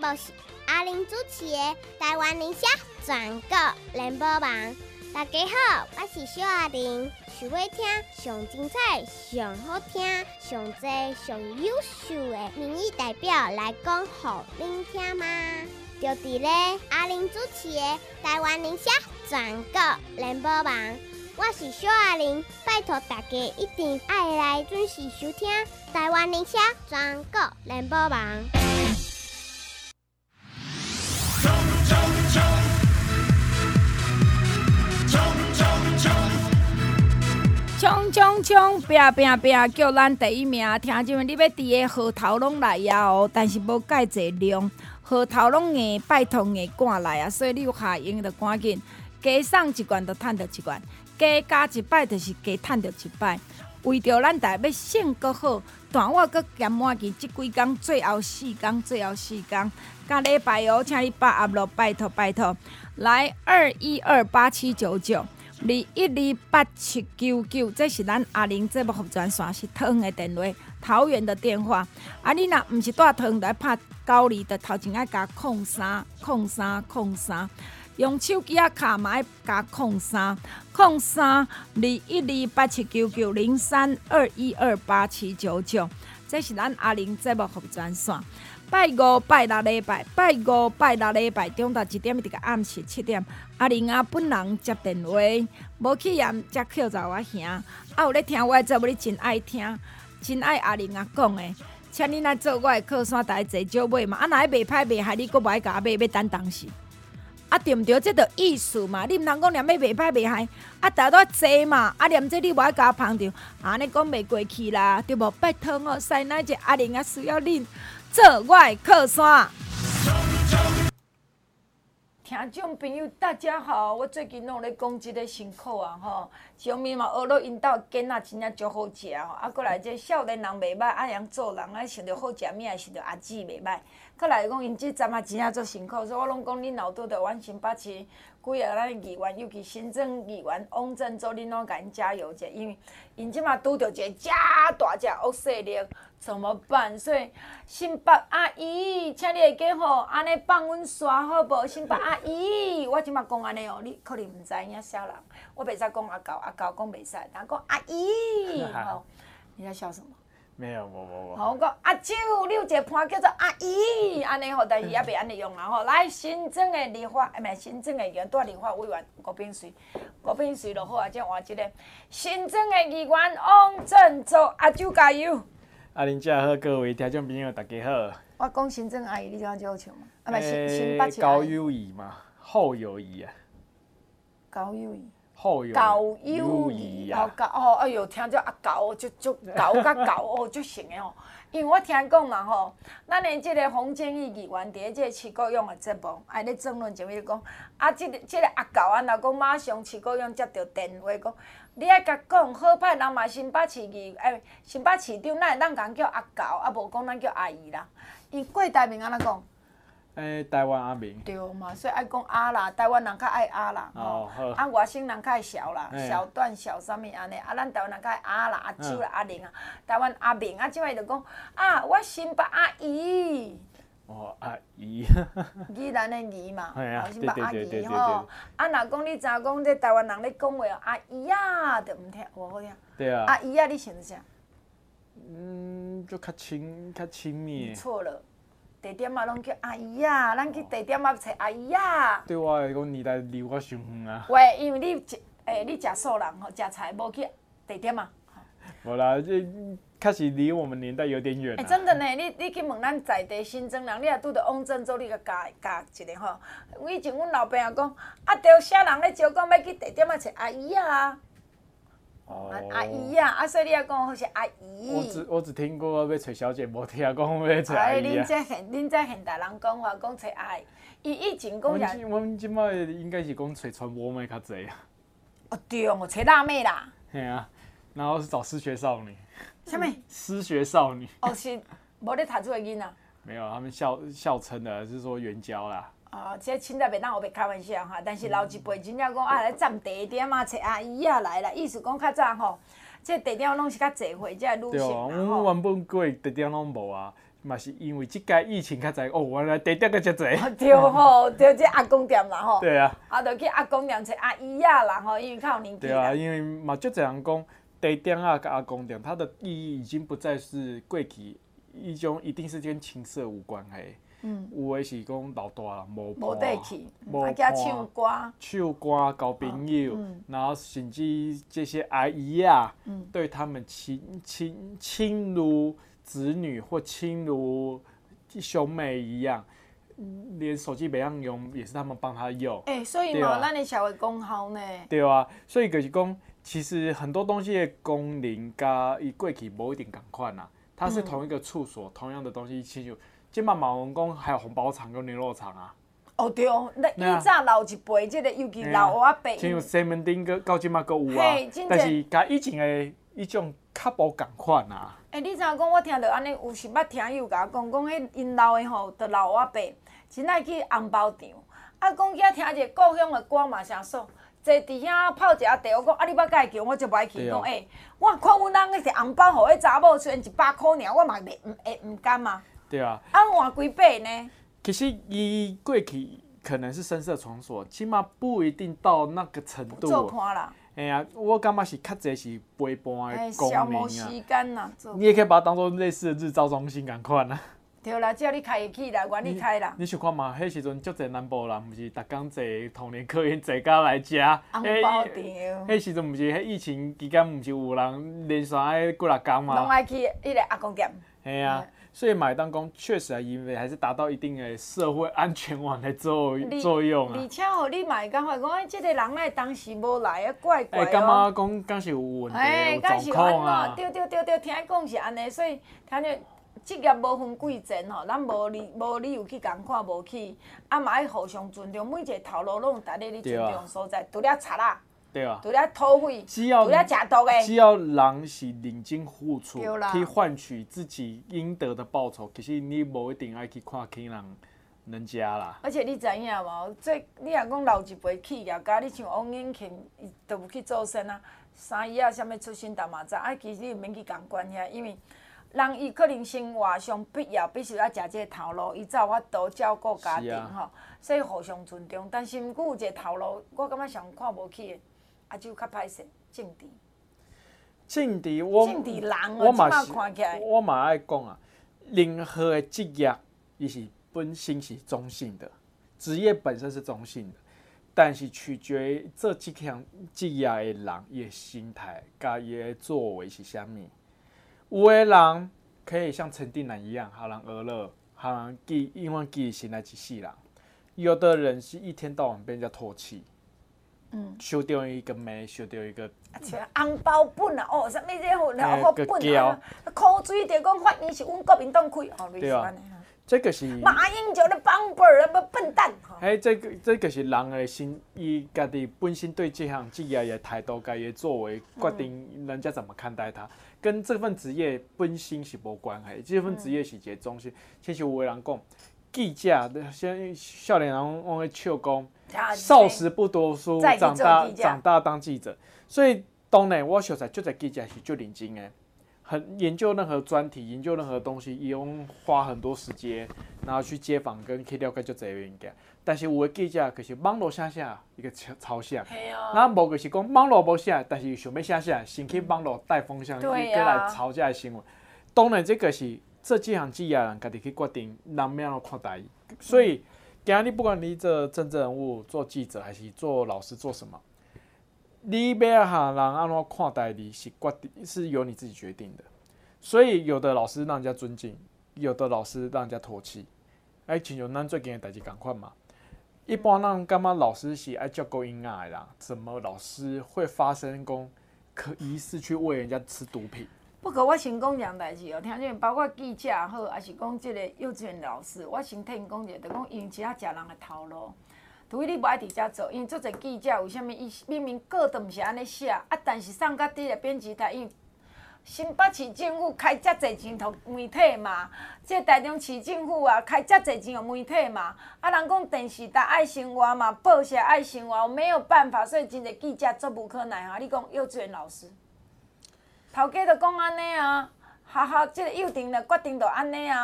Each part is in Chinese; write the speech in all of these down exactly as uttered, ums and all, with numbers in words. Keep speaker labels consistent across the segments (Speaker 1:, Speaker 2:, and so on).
Speaker 1: 目是阿玲主持的台湾理社全国联播网。大家好，我是小阿玲。想要听上精彩、上好听、上多、上优秀的民意代表来讲，给您听吗？就伫咧阿玲主持的台湾理社全国联播网。我是小阿玲，拜托大家一定要来准时收听台湾理社全国联播网。
Speaker 2: 冲冲冲！拼拼拼！叫咱第一名！听众们，你要伫个河头拢来啊哦，但是无介济量，河头拢硬，拜托硬赶来啊，所以你有下用就赶紧加送一罐，就趁到一罐；加加一摆，就是加趁到一摆。为着咱大家要性阁好，但我阁减满期，即几工最后四工，最后四工，甲礼拜哦，请你把握咯，拜托拜托，来二一二八七九九。二一二八七九九，这是咱阿玲节目服专线，是桃园的电话，桃园的电话。啊，你若毋是住桃园，来拍九二，就头前爱加空三空三空三，用手机啊卡嘛爱加空三空三二一二八七九九零三二一二八七九九，这是咱阿玲节目服专线。拜五、拜六礼拜，拜五、拜六礼拜，中昼一点一直到暗时七点，阿玲啊本人接电话，无去验才扣在我兄。啊，有咧听我的节目，你真爱听，真爱阿玲啊讲的，请你来做我的靠山，大家坐少买嘛。啊，若迄袂歹袂害，你阁无爱甲我买，要等当时。啊，对毋对？这著意思嘛，你毋通讲念要袂歹袂害，啊，大多坐嘛，啊，念这你无爱甲我捧场，安尼讲袂过去啦，对无？拜托哦，师奶这阿玲啊需要恁。做我的靠山，听众朋友大家好，我最近拢咧讲即个辛苦啊吼，上面嘛学了因兜囡仔真正足好食吼，啊，过来这少年人袂歹，啊，样做人啊，想着好食物，想着阿姊袂歹，过来讲因即阵啊真正足辛苦，所以我拢讲恁老拄着阮新北市几个咱议员，尤其行政议员汪振洲，恁拢甲因加油者，因为因即马拄着一个遮大只恶势力。怎么办？所以新北阿姨，请你会记吼，安尼放阮刷好无？新北阿姨，我即马讲安尼哦，你可能毋知影小人，我袂使讲阿狗，阿狗讲袂使，但讲阿姨，吼，你在笑什么？
Speaker 3: 没有，我我我。
Speaker 2: 好，我讲阿舅，你有一个伴叫做阿姨，安尼吼，但是也袂安尼用啦吼。来，新增的立法，哎，唔新增的议员，带立法委员郭炳水，郭炳水就好啊，再换一个新增的议员汪振洲，阿舅加油！
Speaker 3: 阿玲姐好，各位听众朋友大家好。
Speaker 2: 我讲新郑阿姨，你知影最好笑吗？啊，唔新新北市
Speaker 3: 高友谊嘛，后友谊啊。
Speaker 2: 高友谊。
Speaker 3: 后友
Speaker 2: 高友谊啊。高哦，哎呦，听着阿高哦，就就高甲高哦，就成的哦。因为我听讲嘛吼，咱的即个洪建义议员伫咧即个市国勇的节目，爱咧争论前面讲，啊，即、这个即、这个阿高啊，若讲马上市国勇接到电话讲。你爱甲讲好歹人嘛新北市议，诶，新北市长，咱咱讲叫阿狗，啊无讲咱叫阿姨啦。伊过台面安怎讲？
Speaker 3: 诶，台湾阿明。
Speaker 2: 对嘛，所以爱讲阿啦，台湾人较爱阿啦，吼。哦、啊，外省人较爱小啦，小段小啥物安尼，啊，咱台湾人较爱阿啦、阿舅啦、阿玲啊，台湾阿明啊，即摆就讲啊，我新北阿姨。
Speaker 3: 哦，阿姨，
Speaker 2: 宜兰的姨嘛，
Speaker 3: 啊，
Speaker 2: 新北阿姨吼。啊，若讲你知影讲这台湾人咧讲话，阿姨啊，就毋听，无好听。
Speaker 3: 对啊。
Speaker 2: 阿姨啊，你想啥？
Speaker 3: 嗯，就较亲，较亲密。
Speaker 2: 你错了，地点啊，拢叫阿姨啊，咱去地点啊找阿姨啊。
Speaker 3: 对我来讲，年代离我伤远啊。
Speaker 2: 喂，因为你食，诶，你食素人吼，食菜无去地点啊。
Speaker 3: 无啦，这确实离我们年代有点远。
Speaker 2: 哎，真的呢，你你去问咱在地新庄人，你若拄着汪振洲，你甲教教一个吼。以前阮老爸也讲，啊，着啥人咧招讲要去地点啊找阿姨啊。哦。阿姨啊，啊，所以你也讲好是阿姨。
Speaker 3: 我只我只听过要找小姐，无听讲要找阿姨啊。
Speaker 2: 恁这现恁这现代人讲话讲找阿姨，伊以前讲
Speaker 3: 呀。阮阮即摆应该是讲找传播妹较济啊。
Speaker 2: 哦对哦，找辣妹啦。
Speaker 3: 嘿啊。然后是找失学少女。
Speaker 2: 什么？
Speaker 3: 失学少女。
Speaker 2: 哦，是无咧读书的囡仔。
Speaker 3: 没有，他们笑笑称的是说援交啦。
Speaker 2: 哦，这凊彩袂当学袂开玩笑哈，但是老一辈真正讲啊来占地点啊，找阿姨啊来啦，意思讲较早吼，这地点拢是较济岁，这女性啦吼。
Speaker 3: 对啊，阮原本过地点拢无啊， 嘛是因为即届疫情较侪哦，原来地点个遮侪。
Speaker 2: 对吼，对这阿公店啦吼。
Speaker 3: 对啊。
Speaker 2: 啊，就去阿公店找阿姨仔啦吼，因为较有年纪
Speaker 3: 对啊，因为嘛，足侪人讲地点啊，甲阿公店，它的意义已经不再是过去一种一定是跟情色无关嘿。嗯。有的是讲老大人无
Speaker 2: 无地去，
Speaker 3: 无
Speaker 2: 啊，加唱歌。
Speaker 3: 唱歌交朋友，嗯、然后甚至这些阿姨啊，嗯、对他们亲亲亲如子女或亲如兄妹一样，连手机袂样用也是他们帮他用。
Speaker 2: 哎、欸，所以嘛，咱的社会功效呢。
Speaker 3: 对啊，所以就是讲，其实很多东西的功能甲伊过去无一定同款啦，它是同一个处所，嗯、同样的东西，其实今嘛马文讲还有红包厂跟牛肉厂啊。
Speaker 2: 哦对哦，那以早老一辈，即个尤其老阿伯，
Speaker 3: 像西门町个到即嘛阁有啊，但是甲以前的迄种较无共款啊。
Speaker 2: 诶、欸，你知影讲？我听到安尼，有时捌听伊有甲我讲，讲迄因老的吼，着老阿伯真爱去红包场，啊，讲遐听一个故乡的歌嘛，啥爽，坐伫遐泡一下茶，我讲啊，你捌甲伊叫，我就无去。讲诶、欸，我看阮翁迄摕红包，互迄查某，虽然一百箍尔，我嘛袂唔会唔甘嘛。
Speaker 3: 对啊。
Speaker 2: 啊，换几百呢？
Speaker 3: 其实伊过去可能是深色场所，起码不一定到那个程度。
Speaker 2: 做看啦。
Speaker 3: 哎呀、啊，我感觉是较侪是陪伴的功能啊。消
Speaker 2: 磨时间呐。
Speaker 3: 你也可以把它当做类似的日照中心共款啊。
Speaker 2: 对啦，只要你开得起啦，愿意开啦。
Speaker 3: 你想看嘛？迄时阵足侪南部人，毋是逐工坐童年客运坐到来食。
Speaker 2: 红包场。迄
Speaker 3: 时阵毋是迄疫情期间，毋是有人连续爱几六工嘛？
Speaker 2: 拢爱去迄个阿公店。
Speaker 3: 嘿啊。所以买当讲确实啊，因为还是达到一定的社会安全网的作作用啊。
Speaker 2: 而且吼，你嘛会感觉讲，哎，这个人咧当时无来啊，怪怪哦。
Speaker 3: 哎，感觉讲敢是有问题，有状况啊。
Speaker 2: 对对对对，听讲是安尼，所以听着职业无分贵贱吼，咱无理无理由去共看无起，啊嘛爱互相尊重，每一个头路拢有值得你尊重的所在，除了贼啦。
Speaker 3: 对啊，
Speaker 2: 除了土匪，
Speaker 3: 只要
Speaker 2: 除了食毒的，
Speaker 3: 只要人是认真付出，去换取自己应得的报酬，其实你无一定爱去看起人人家啦。
Speaker 2: 而且你知影无？这你若讲老一辈企业家，你像王永庆，伊都有去做生啊，三姨啊，啥物出身，大嘛知。啊，其实你毋免去共管遐，因为人伊可能生活上必要必须要食这个头路，伊才有法度照顾家庭吼、啊，所以互相尊重。但是毋过有一个头路，我感觉上看无起的。啊，就较歹势，政治。
Speaker 3: 政治我
Speaker 2: 政治人哦，即马看起来。
Speaker 3: 我嘛爱讲啊，任何的职业，伊是本身是中性的，职业本身是中性的，但是取决于这几项职业的人伊的心态，甲伊的作为是啥物。有的人可以像陈定南一样，好人娱乐，好人记永远记心来一世人；有的人是一天到晚被人家唾弃。嗯，收到一个妹，收到一个，
Speaker 2: 像红包本啊，哦，啥物这好好本啊，口水就讲发言是阮国民党开，哦，类似安尼。
Speaker 3: 这个是
Speaker 2: 马英九的帮本儿，不笨蛋。
Speaker 3: 哎，这个这个是人的心，伊家己本身对这项职业的态度、家己作为，决定人家怎么看待他，跟这份职业本身是无关系。这份职业是一个中心。其实有的人讲。记者，现少年人往咧笑讲，少时不读书，长大长大当记者。所以当然，我晓得就在记者是最认真的，很研究任何专题，研究任何东西，伊用花很多时间，然后去街访跟去了解就这个物件。但是有的记者就是网络写写一个抄写，那无就是讲网络无写，但是想要写写，先去网络带风向，再来抄这个新闻。当然，这个是。这几项职业人家己去决定人要怎看待伊，所以今日不管你做政治人物、做记者还是做老师做什么，你要下人安怎看待你是决定是由你自己决定的。所以有的老师让人家尊敬，有的老师让人家唾弃。哎，亲像咱最近的代志共款嘛。一般人感觉老师是爱照顾婴仔的人，怎么老师会发生讲可疑似去喂人家吃毒品？
Speaker 2: 不过我先讲一样代志哦，听见包括记者也好，还是讲即个幼稚园老师，我先替因讲一个，就讲因只啊食人的头路。除非你无爱伫遮做，因为做者记者为虾米伊明明稿都毋是安尼写，啊，但是送到伫个编辑台，因为新北市政府开遮侪钱互媒体嘛，即、这个台中市政府啊开遮侪钱互媒体嘛，啊，人讲电视台爱生活嘛，报社爱生活，没有办法，所以真侪记者做无可奈何。你讲幼稚园老师？头家就讲安尼啊，学校即个幼稚园决定就安尼啊，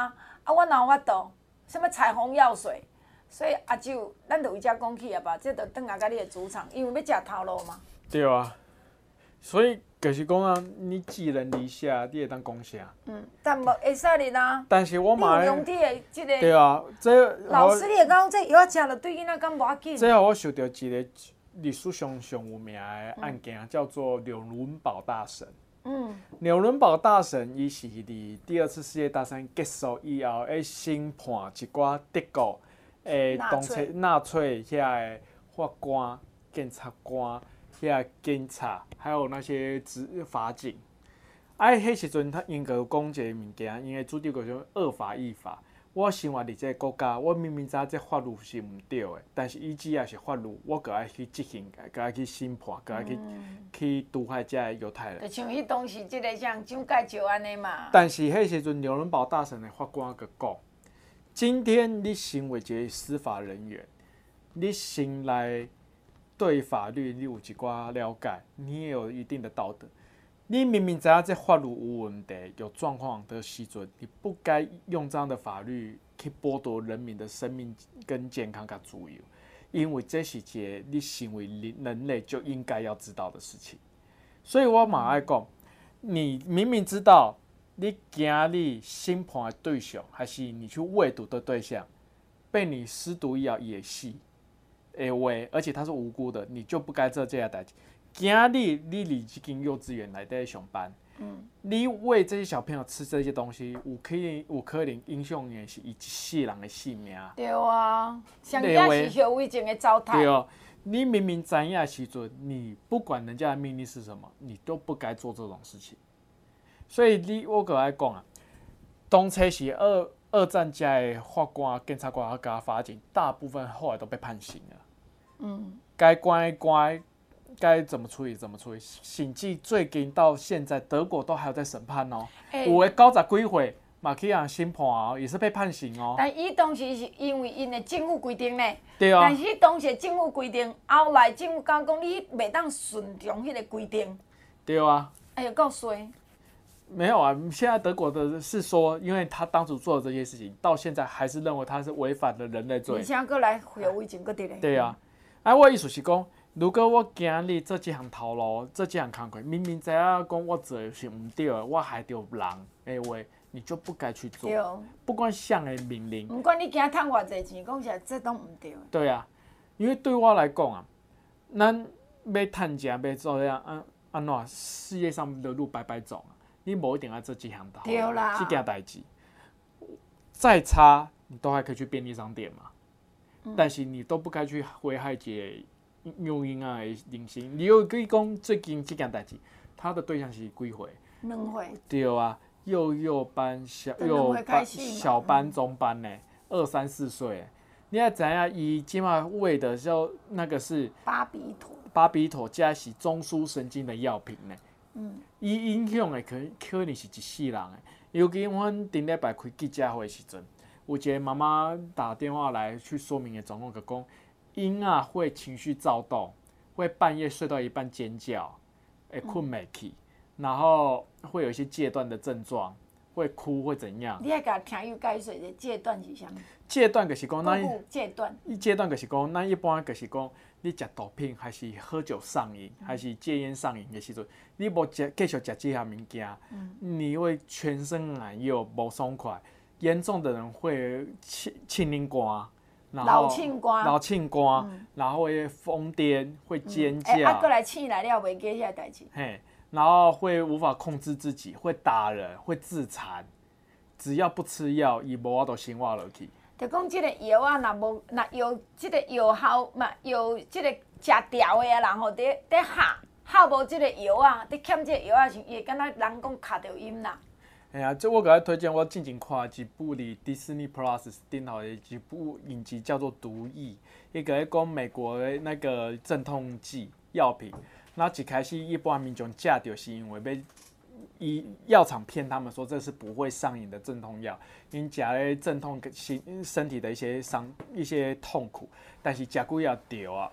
Speaker 2: 啊，我哪有法度？什么彩虹药水？所以阿舅，咱就为遮讲起啊吧，这就转来甲你的主场，因为要食头路嘛。
Speaker 3: 对啊，所以就是讲啊，你寄人篱下，你会当讲啥？
Speaker 2: 嗯，但无会使哩啦。
Speaker 3: 但是我
Speaker 2: 你
Speaker 3: 嘛
Speaker 2: 有用你的即个。
Speaker 3: 对啊，这
Speaker 2: 老师，你会讲这药食了对囡仔敢无要紧？
Speaker 3: 这让我想到一个历史上上有名的案件，叫做纽伦堡大审。
Speaker 2: 嗯。
Speaker 3: 纽伦堡大审，伊是伫第二次世界大战结束以后，诶审判一寡德国诶当初纳粹遐个法官、检察官、遐警察，还有那些执法警。啊，迄时阵他因个有讲一个物件，因为主张叫做恶法亦法。我生活伫这个国家，我明明知影这法律是毋对的，但是伊只要是法律，我就爱去执行，就爱去审判，就爱去、嗯、去毒害这个犹太人。
Speaker 2: 就像迄当时即个像蒋介石安尼嘛。
Speaker 3: 但是迄时阵纽伦堡大审的法官佮讲，今天你身为一个司法人员，你先来对法律你有一寡了解，你也有一定的道德。你明明知影这法律有问题、有状况的时阵，你不该用这样的法律去剥夺人民的生命跟健康跟自由，因为这是一个你身为人类就应该要知道的事情。所以我嘛爱讲，你明明知道你今日审判的对象，还是你去喂毒的对象，被你施毒以后也是会喂，而且他是无辜的，你就不该做这样代志。今日你离这间幼稚园内底上班，嗯，你喂这些小朋友吃这些东西，有可能有可能影响的是伊一世人的性命。
Speaker 2: 对啊，上加是社会前的糟蹋。
Speaker 3: 对哦，你明明知影的时阵，你不管人家的命令是什么，你都不该做这种事情。所以你我个爱讲啊，当初是二二战家的法官、检察官加法警，大部分后来都被判刑了。嗯，该关关。该怎么处理怎么处理，审计最近到现在，德国都还有在审判哦。欸、有的九十几岁嘛去人审判哦，也是被判刑哦。
Speaker 2: 但伊当时是因为因的政府规定呢。
Speaker 3: 对啊。
Speaker 2: 但是当时政府规定，后来政府讲讲你袂当顺从迄个规定。
Speaker 3: 对啊。
Speaker 2: 哎呀，够衰。
Speaker 3: 没有啊，现在德国的是说，因为他当初做的这些事情，到现在还是认为他是违反了人类罪。
Speaker 2: 而且过来回违情，搁伫咧。
Speaker 3: 对啊。啊，我的意思是讲。如果我今日做这项头路，做这项工作，明明知影讲我做的是唔对的，我害到人的话，你就不该去做。对。不管谁的命令。
Speaker 2: 不管你今赚偌济钱，讲起来这都唔对。
Speaker 3: 对啊，因为对我来讲啊，咱要赚钱要做样安安怎事业上的路白白走啊，你无一定要做这项头。
Speaker 2: 对啦。
Speaker 3: 这件代志，再差你都还可以去便利商店嘛，嗯、但是你都不该去危害一个。幼婴啊的人生，你又可以讲最近这件代志，他的对象是几岁？
Speaker 2: 两岁。
Speaker 3: 对啊，幼幼班、小幼班、小班、中班呢，二三四岁。你要知影，伊即马喂的时候，那个是
Speaker 2: 巴比妥。
Speaker 3: 巴比妥加是中枢神经的药品呢。嗯。伊影响的可可能是一世人的，尤其阮顶礼拜开记者会时阵，有一个妈妈打电话来去说明的状况，就讲。婴儿会情绪躁动，会半夜睡到一半尖叫，会困没起，然后会有一些戒断的症状，会哭会怎样？
Speaker 2: 你还甲听友解释的戒断是啥物？
Speaker 3: 戒断就是讲，咱
Speaker 2: 戒断。
Speaker 3: 戒断就是讲，咱一般就是讲，你食毒品还是喝酒上瘾，还是戒烟上瘾的时阵，你无食继续食这项物件，嗯、你会全身难又无爽快，严重的人会气气凝肝。
Speaker 2: 老庆瓜，
Speaker 3: 老庆瓜，嗯、然后会疯癫，会尖叫，
Speaker 2: 哎、嗯，啊，过来气来了，袂记遐代志。
Speaker 3: 嘿，然后会无法控制自己，会打人，会自残。只要不吃药，伊无法度生活落去。
Speaker 2: 就讲即个药啊，若无，若药即个药效嘛，药即个食调的啊，然后伫伫下效无即个药啊，伫欠即个药啊，是伊会敢若人讲卡着音啦。
Speaker 3: 哎呀，这我给他推荐，我近前看一部哩 Disney Plus 顶头的一部影集，叫做《毒液》，一个讲美国的那个镇痛剂药品。然后一开始一般民众食到是因为要以药厂骗他们说这是不会上瘾的镇痛药，因为食咧镇痛身身体的一些伤一些痛苦，但是食几药掉啊。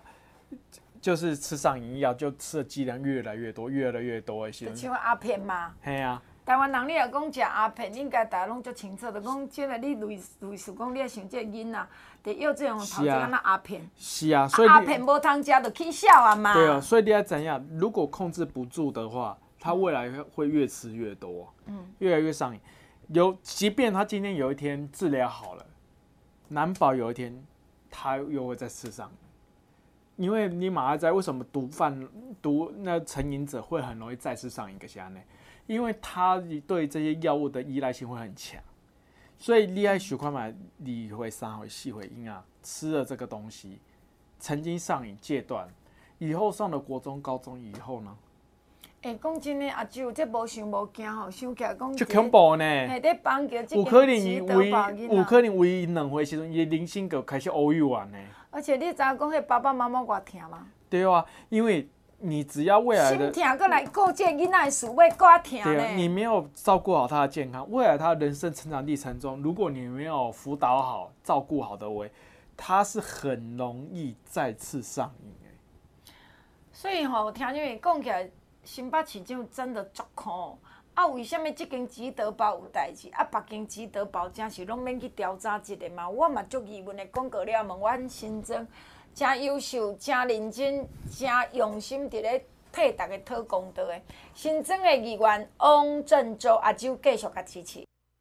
Speaker 3: 就是吃上瘾药，就吃的剂量越来越多，越来越多的时候。
Speaker 2: 就像阿片嘛。
Speaker 3: 嘿啊。
Speaker 2: 台湾人你若讲食鸦片，应该大家拢足清楚，就讲即个你类类似讲你咧想即个囡仔，伫幼稚园头前敢若鸦片。
Speaker 3: 是啊，所以
Speaker 2: 鸦片无通食，就起笑啊嘛。
Speaker 3: 对啊，所以你要怎样？如果控制不住的话，他未来会越吃越多，嗯，越来越上瘾。有，即便他今天有一天治疗好了，难保有一天他又会再吃上瘾。因为你马上在为什么毒贩、毒那成瘾者会很容易再次上瘾？个啥呢？因为他对这些药物的依赖性会很强，所以你爱想看嘛，你会三回、四回因啊，吃了这个东西，曾经上瘾戒断，以后上了国中、高中以后呢？
Speaker 2: 哎、欸，讲真诶，阿舅，这无想无惊吼，想起来讲。
Speaker 3: 就恐怖呢！
Speaker 2: 嘿，伫绑架这
Speaker 3: 有可能
Speaker 2: 伊
Speaker 3: 为有可能为伊两岁时阵，伊人生就开始乌有完呢。
Speaker 2: 而且你知影讲，迄爸爸妈妈偌疼吗？
Speaker 3: 对啊，因为你只要未来的
Speaker 2: 心疼，过来顾这囡仔的事，要偌疼
Speaker 3: 对啊，
Speaker 2: 呢。
Speaker 3: 你没有照顾好他的健康，未来他人生成长历程中，如果你没有辅导好、照顾好的为，他是很容易再次上瘾的。
Speaker 2: 所以吼，听你们讲起来，新北市长真的足酷。啊，为什么这间吉德堡有代志？啊，别间吉德堡真是拢免去调查一下嘛？我嘛足疑问的，广告了问阮新庄，真优秀、真认真、真用心，伫咧替大家讨公道的。新庄的议员汪振洲阿舅继续甲支持。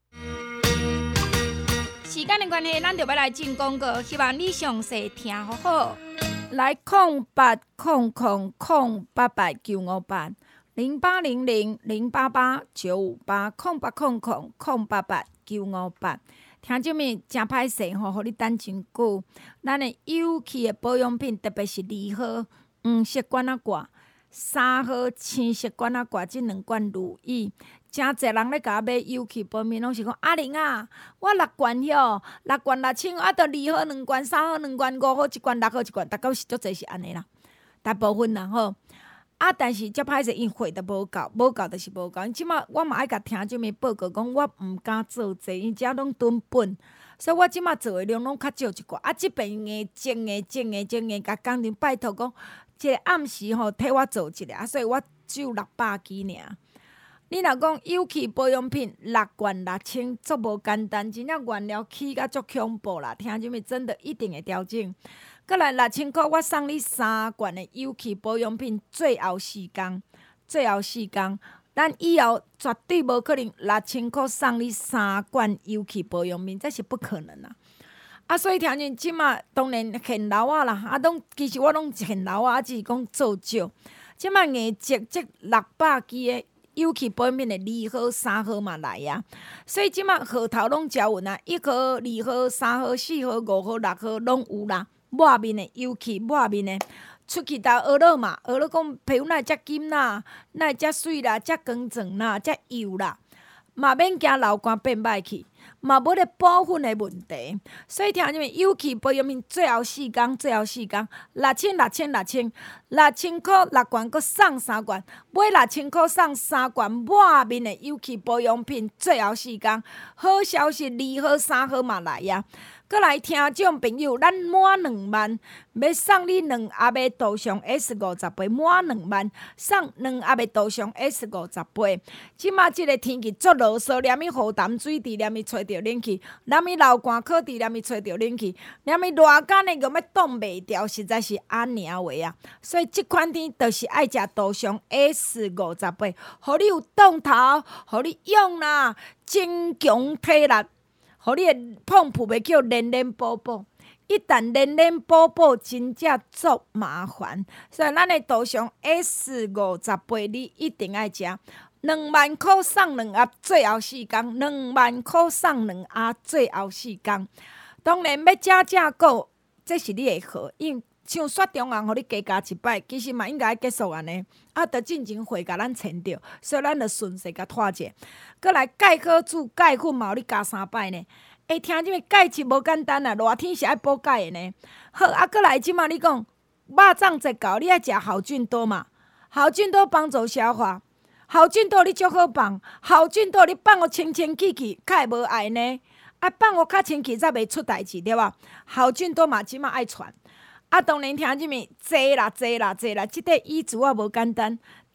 Speaker 4: 时间的关系，咱就要来进广告，希望你详细听好好。
Speaker 2: 来空八空空空八八九五八。零八零零零八八九五八空八空空空八八九五八，听众们真歹势吼，互你等真久。咱的有气的保养品，特别是二号黄色管仔挂、三号青色管仔挂，即两罐如意。真侪人咧甲我买有气保养品，拢是讲阿玲啊，我六罐哟，六罐六千，啊，着二号两罐、三号两罐、五号一罐、六号一罐，大概是足侪是安尼啦，大部分啦吼。啊！但是遮歹势，因货都无够，无够就是无够。因即马我嘛爱甲听众们报告讲，我毋敢做济，因遮拢囤本，所以我即马做的量拢较少一寡。啊，即边硬种的种的种的，甲工人拜托讲，一个暗时吼替我做一个，啊，所以我只有六百支尔。你若讲有气保养品六罐六千，足无简单，真正原料起甲足恐怖啦！听众们真的一定会调整。过来六千块，我送你三罐的有气保养品，最后四天，最后四天，咱以后绝对无可能六千块送你三罐有气保养品，这是不可能啊！啊，所以听见即马当然现老啊啦，啊，拢其实我拢现老啊，只是讲做少。即马硬接这六百支的有气保养品的二号、三号嘛来啊，所以即马号头拢招稳啊，一号、二号、三号、四号、五号、六号拢有啦。抹面的有气，抹面的出去到学了嘛，学了讲皮肤哪会遮金啦，哪会遮水啦，遮光泽啦，遮油啦，嘛免惊老干变歹去，嘛无咧部分的问题。所以听你们有气保养品最后四天，最后四天六千六千六千六千块六罐，佮送三罐，买六千块送三罐抹面的有气保养品，最后四天好消息，二号、三号嘛来呀。过来听众朋友，咱满两万，要送你两盒的杜尚 S 五十杯，满两万送两盒的杜尚 S 五十杯。即马即个天气足热燥，连伊雨淡水滴，连伊吹着冷气，连伊流汗可滴，连伊吹着冷气，连伊热干的又要冻袂掉，实在是安尼话啊！所以即款天就是爱食杜尚 S 五十杯，互你有冻头，互你用啦，增强体力。互你的碰扑袂叫连连补补，一旦连连补补，真正足麻烦。所以咱的杜尚 S 五十杯，你一定爱食。两万块送两盒，最后四天；两万块送两盒，最后四天。当然要加价购，这是你的好，因像雪中红，互你加加一摆，其实嘛应该结束安尼。啊，着进前会甲咱签着，所以咱着顺势甲拖者。过来钙好煮钙粉嘛，互你加三摆呢。会听即个钙质无简单啊，热天是爱补钙的呢。好，啊，过来即马你讲肉粽节到，你爱食好菌多嘛？好菌多帮助消化，好菌多你足好放，好菌多你放互清清气气，较会无碍呢。啊，放互较清气才袂出代志，对吧？好菌多嘛，即马爱传。啊，当然听即物坐啦坐啦坐啦，即块椅子啊无简单。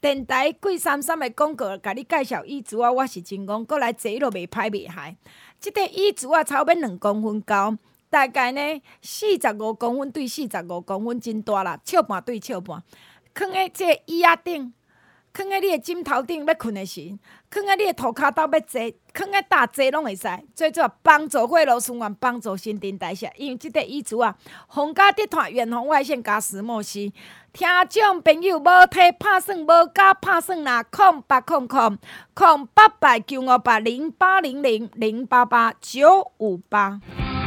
Speaker 2: 电台贵三三的广告，甲你介绍椅子啊，我是真讲，过来坐落袂歹袂害。即个椅子啊，差不多两公分高，大概呢四十五公分对四十五公分，真大啦，笑半对笑半。放喺即个椅仔顶，放喺你的枕头顶要困的时，放喺你的涂骹斗要坐，放喺大坐拢会使。最主要帮助血流循环，帮助新陈代谢。因为即个椅子啊，防假滴团、远红外线加石墨烯。听众朋友无摕拍算无加拍算啦，空八空空空八八九五八零八零零零八八九五八。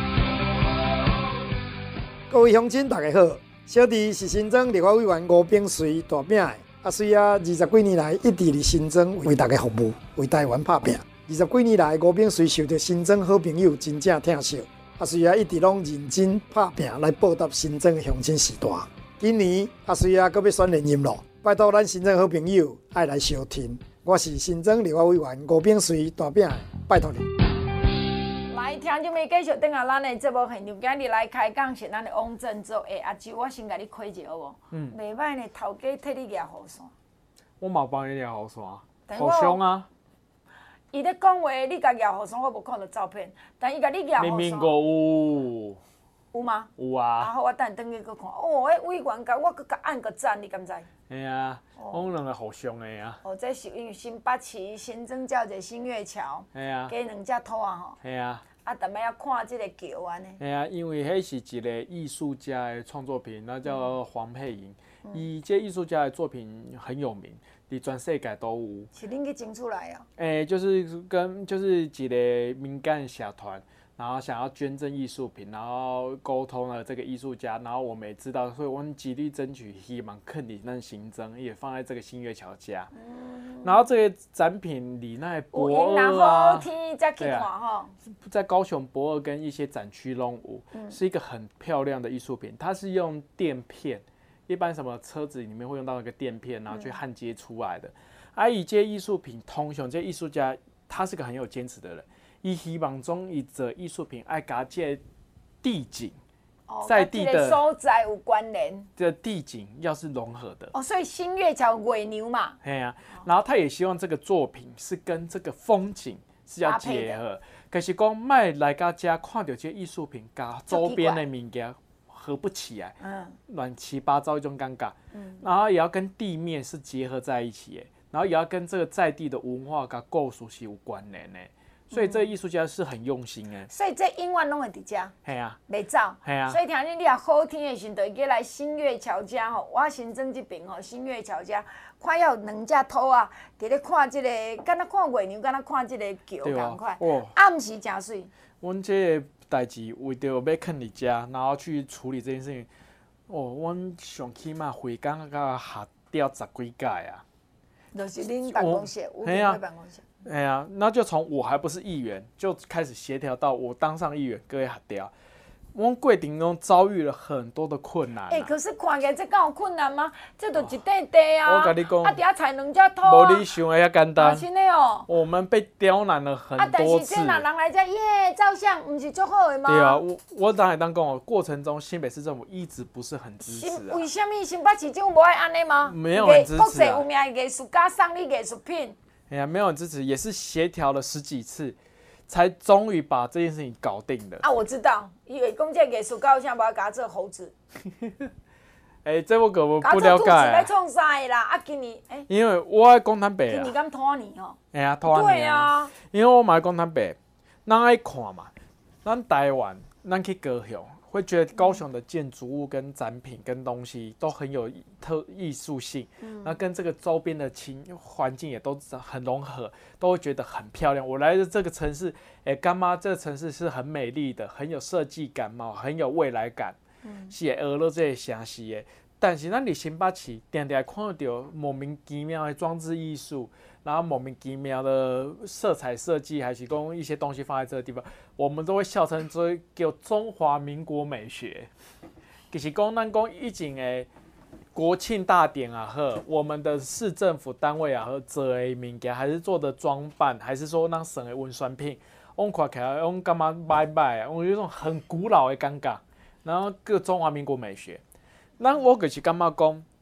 Speaker 5: 各位乡亲，大家好，小弟是新庄立法委员吴炳随大饼的。啊，虽啊二十几年来一直伫新庄为大家服务，为台湾拍拼。二十几年来，吴炳随受到新庄好朋友真正疼惜。啊，虽啊一直拢认真拍拼来报答新庄的乡亲时代。今年啊，虽啊搁要选连任咯，拜托咱新庄好朋友爱来相挺。我是新庄立法委员吴炳随大饼的，拜托你。
Speaker 2: 来，听众们继续等下咱的节目现场，今日来开讲是咱的王振洲。诶，阿舅，我先甲你开一下好无？嗯。袂歹呢，头家替你抓雨伞。
Speaker 3: 我嘛帮你抓雨伞，好
Speaker 2: 我
Speaker 3: 凶啊！
Speaker 2: 伊咧讲话，你甲抓雨伞，我无看到照片，但伊甲你抓雨伞。
Speaker 3: 明明个有。
Speaker 2: 有吗？
Speaker 3: 有啊。
Speaker 2: 啊好，我等下转去搁看。哦，迄委员甲我搁甲按个赞，你敢知？
Speaker 3: 嘿啊，我两个互相的啊。
Speaker 2: 哦，这是因为新北市新增叫者新月桥，
Speaker 3: 嘿啊，
Speaker 2: 加两只土啊吼。
Speaker 3: 嘿啊。
Speaker 2: 啊，逐摆要看即个桥安尼。
Speaker 3: 嘿啊，因为迄是一个艺术家的创作品，那叫黄佩莹。伊、嗯、这艺术家的作品很有名，伫全世界都有。
Speaker 2: 是恁去争出来哦？
Speaker 3: 诶、欸，就是跟就是一个民间社团。然后想要捐赠艺术品，然后沟通了这个艺术家，然后我们也知道，所以我们极力争取，希望肯定咱行政也放在这个新月桥家。嗯、然后这个展品里那博二啊，对啊，在高雄博二跟一些展区拢有，嗯、是一个很漂亮的艺术品。它是用垫片，一般什么车子里面会用到那个垫片，然后去焊接出来的。啊，以这艺术品通雄，这艺术家他是个很有坚持的人。伊希望中伊做艺术品爱甲这地景，
Speaker 2: 哦、
Speaker 3: 在地的
Speaker 2: 所在有关联。
Speaker 3: 这地景要是融合的。
Speaker 2: 哦，所以新月桥尾牛嘛。
Speaker 3: 嘿啊，然后他也希望这个作品是跟这个风景是要结合。可是讲卖来家家看到这艺术品，甲周边的物件合不起来，嗯，乱七八糟一种尴尬。嗯，然后也要跟地面是结合在一起的，然后也要跟这个在地的文化甲故事是有关联的。所以这个艺术家是很用心的，
Speaker 2: 所以这永远拢会伫遮，
Speaker 3: 系啊，
Speaker 2: 袂走，
Speaker 3: 系啊。
Speaker 2: 所以听见你也好天的时阵，就来新月桥遮吼，我新庄这边吼，新月桥遮，看要有两只土啊，伫咧看这个，敢若看月亮，敢若看这个桥同款，
Speaker 3: 哦，
Speaker 2: 暗时真水。
Speaker 3: 阮这个代志为着要囥伫遮，然后去处理这件事情，哦，阮上起码回工甲下掉十几届啊。
Speaker 2: 就是恁办公室，有伫办公室。
Speaker 3: 哎呀，那就从我还不是议员就开始协调到我当上议员，各位下掉，我们过程中遭遇了很多的困难、啊。哎、
Speaker 2: 欸，可是看起来这敢有困难吗？这就一块地啊！
Speaker 3: 我跟你讲，
Speaker 2: 啊，底下采两只土啊。
Speaker 3: 无你想的遐简单。
Speaker 2: 真的哦。
Speaker 3: 我们被刁难了很多次。啊，
Speaker 2: 但是这哪人来遮耶照相，不是最好的吗？
Speaker 3: 对啊，我我当然当讲哦，过程中新北市政府一直不是很支持啊。
Speaker 2: 为什么新北市政府不爱安尼吗？
Speaker 3: 没有很支持啊。
Speaker 2: 国际有名的艺术家送你艺术品。
Speaker 3: 哎呀，没有人支持，也是协调了十几次，才终于把这件事情搞定了。
Speaker 2: 啊，我知道，因为讲这艺术家现在把它做猴子。
Speaker 3: 哎欸，这我可不不了解啊。
Speaker 2: 要创啥的啦？啊，今年哎，欸、
Speaker 3: 因为我爱讲台北啊。
Speaker 2: 今年敢拖年哦。
Speaker 3: 哎呀，拖年。对啊。因为我嘛爱讲台北，咱爱看嘛，咱台湾，咱去高雄。会觉得高雄的建筑物跟展品跟东西都很有特艺术性，嗯，那跟这个周边的情环境也都很融合，都会觉得很漂亮。我来的这个城市，哎、欸，干妈这个城市是很美丽的，很有设计感嘛，很有未来感，嗯，是会学到这些城市的。但是咱伫新北市，常常看到莫名其妙的装置艺术。然后莫名其妙的色彩设计，还是讲一些东西放在这个地方，我们都会笑称这叫中华民国美学。其实讲咱讲以前的国庆大典啊，呵，我们的市政府单位啊，和做的物件，还是做的装扮，还是说咱省的文宣品，我看起来我感觉歹歹啊，我有一种很古老的感觉。然后个中华民国美学，咱我就是感觉讲，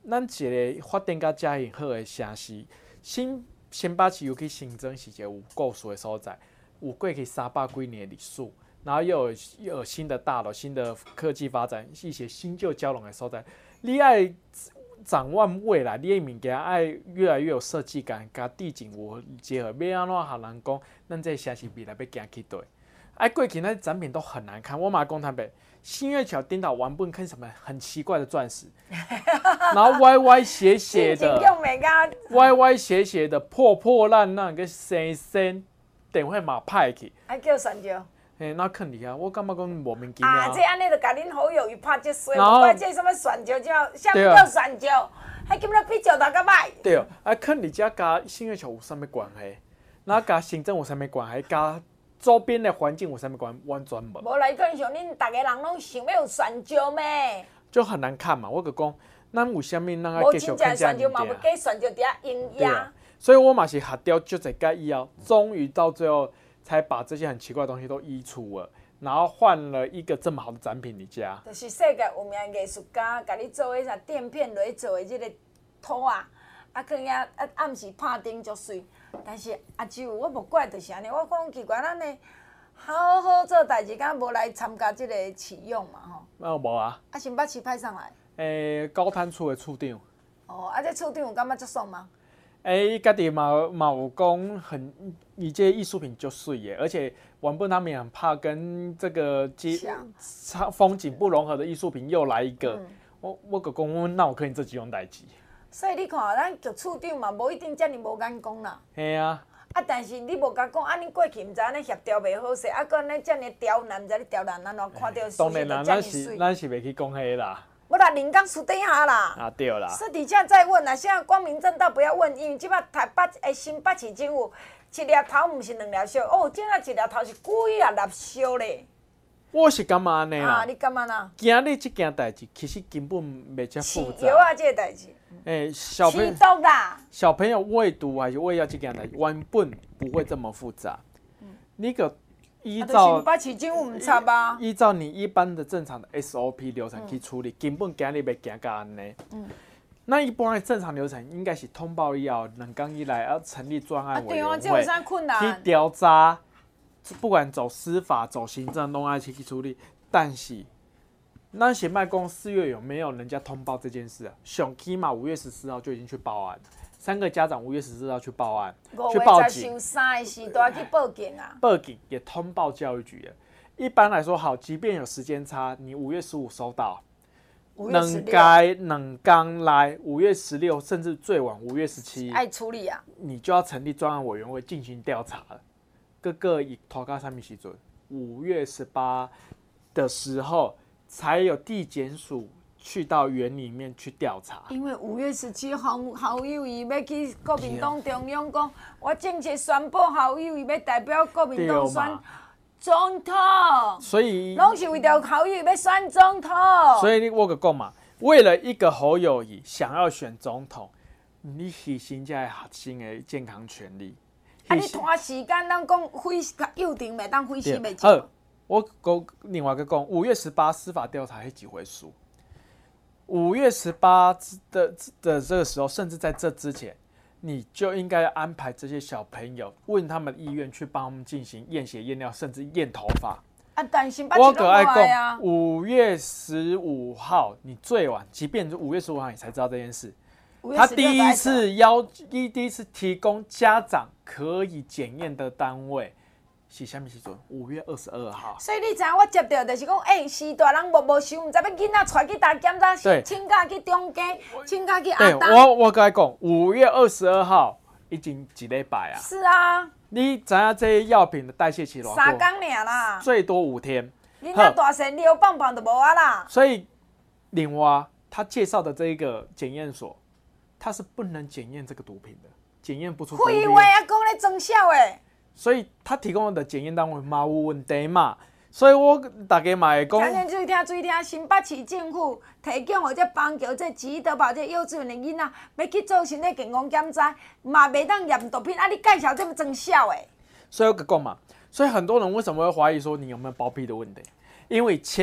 Speaker 3: 咱一个发展甲遮尔好的城市，新新北市尤其新庄是一个有故事的所在，有过去三百几年的历史，然后又有又有新的大楼、新的科技发展，一些新旧交融的所在。你爱展望未来，你的物件爱越来越有设计感，甲地景有结合，要安怎互人讲，咱这城市未来要行去对？哎，过去那些展品都很难看，我嘛讲坦白。新月桥颠倒完不看什么很奇怪的钻石，然后歪歪斜斜的，歪歪斜斜的破破烂烂个生生，等会嘛歹去。
Speaker 2: 还叫酸椒。
Speaker 3: 嘿，那坑你啊！我感觉讲莫名其妙。
Speaker 2: 啊，这安尼就甲恁好友伊拍这衰，无怪这什么酸椒叫，啥物叫酸椒？还根本比石头较歹。
Speaker 3: 对，啊，坑你遮甲新月桥有啥物关系？然后甲行政有啥物关系？甲周边的环境有啥物关？完全无。
Speaker 2: 无来可能像恁逐个人拢想要有酸椒咩？
Speaker 3: 就很难看嘛。我就讲，咱为虾米咱
Speaker 2: 要
Speaker 3: 继续看这样物件？
Speaker 2: 无真正酸椒嘛，要加酸椒伫遐营养。
Speaker 3: 所以我嘛是合掉就这个以后，终于到最后才把这些很奇怪的东西都移除了，然后换了一个这么好的展品你家。
Speaker 2: 就是世界有名的艺术家，甲你做迄啥垫片来做的这个土啊，啊，去遐啊暗时拍灯足水。但是阿舅，我无怪就是安尼，我讲奇怪，咱呢好好做代志，敢无来参加这个启用嘛吼？
Speaker 3: 啊，无啊。
Speaker 2: 啊，新北市派上来。
Speaker 3: 诶、欸，高滩处的处长。
Speaker 2: 哦，啊，这处长有感觉足爽吗？
Speaker 3: 诶、欸，伊家己嘛嘛有讲很，伊这艺术品就水耶，而且原本他们也很怕跟这个街风景不融合的艺术品又来一个。嗯、我我就讲，我哪有可能做这种代志？
Speaker 2: 所以你看，咱局处长嘛，无一定遮尔无眼光啦。
Speaker 3: 嘿啊。
Speaker 2: 啊，但是你无甲讲，啊，你过去毋知安尼协调袂好势，啊，搁安尼遮尔刁难，毋知你刁难安怎看到事情就遮尔水。当然啦，
Speaker 3: 咱是咱是袂去讲迄啦。
Speaker 2: 无啦，人工私底下啦。
Speaker 3: 啊，对啦。
Speaker 2: 私底下再问啦，现在光明正大不要问，因为即摆台北诶新北市政府一粒头毋是两粒烧，哦，即下一粒头是几啊粒烧咧。
Speaker 3: 我是感觉安尼啦。
Speaker 2: 啊，你感觉呐？
Speaker 3: 今日即件代志其实根本袂遮复杂。
Speaker 2: 饲药啊，这个代志。
Speaker 3: 诶、欸，小朋友，小朋友喂毒还是喂药这件代志，原本不会这么复杂。嗯、你个依照，
Speaker 2: 啊、市政府唔插吧？
Speaker 3: 依照你一般的正常的 S O P 流程去处理，嗯、根本今日要行到安尼。嗯，那一般的正常流程应该是通报以后，两天以来要成立专案委员会、
Speaker 2: 啊、
Speaker 3: 去调查，不管走司法、走行政，拢爱去去处理，但是。那先卖公四月有没有人家通报这件事啊？上起码五月十四号就已经去报案，三个家长五月十四号去报案，去报警。
Speaker 2: 五月十三的时都要去报警啊。
Speaker 3: 报警也通报教育局了。一般来说，好，即便有时间差，你五月十五收到，能该能刚来五月十六，甚至最晚五月十七，
Speaker 2: 爱处理啊，
Speaker 3: 你就要成立专案委员会进行调查了。各个以投稿上面时准，五月十八的时候。才有地检署去到园里面去调查。
Speaker 2: 因为五月十七号，侯友宜要去国民党中央讲，我正式宣布侯友宜要代表国民党选总统。
Speaker 3: 所以，
Speaker 2: 拢是为着侯友宜要选总统。
Speaker 3: 所以我就讲嘛，为了一个侯友宜想要选总统，你牺牲这核心的健康权利。
Speaker 2: 啊，你拖时间，咱讲废幼定袂当废死袂少。
Speaker 3: 我讲另外一个讲，五月十八司法调查是几回数？五月十八的的这个时候，甚至在这之前，你就应该安排这些小朋友，问他们意愿去帮他们进行验血、验尿，甚至验头发。
Speaker 2: 啊，但是
Speaker 3: 我可爱讲，五月十五号你最晚，即便是五月十五号你才知道这件事。他第一次邀，第一次提供家长可以检验的单位。是啥物时阵？五月二十二号。
Speaker 2: 所以你知影我接到就是讲，诶、欸，是大人无无想，毋知要囡仔带去打检查，请假去中间，请假去阿东。
Speaker 3: 对，我我甲你讲，五月二十二号已经一礼拜啊。
Speaker 2: 是啊。
Speaker 3: 你知影这些药品的代谢期多少？
Speaker 2: 三天尔啦。
Speaker 3: 最多五天。
Speaker 2: 囡仔大神尿棒棒就无啊啦。
Speaker 3: 所以，另外他介绍的这一个检验所，它是不能检验这个毒品的，检验不出毒品。
Speaker 2: 废话啊，讲咧装笑诶。
Speaker 3: 所以他提供的检验单位嘛有问题嘛，所以我大家嘛会讲。
Speaker 2: 听注意听注意听，新北市政府提供互这邦桥这吉德堡这幼稚园的囡仔要去做身体健康检查，嘛袂当验毒品，啊你介绍这么装笑诶？
Speaker 3: 所以我讲嘛，所以很多人为什么会怀疑说你有没有包庇的问题？因为前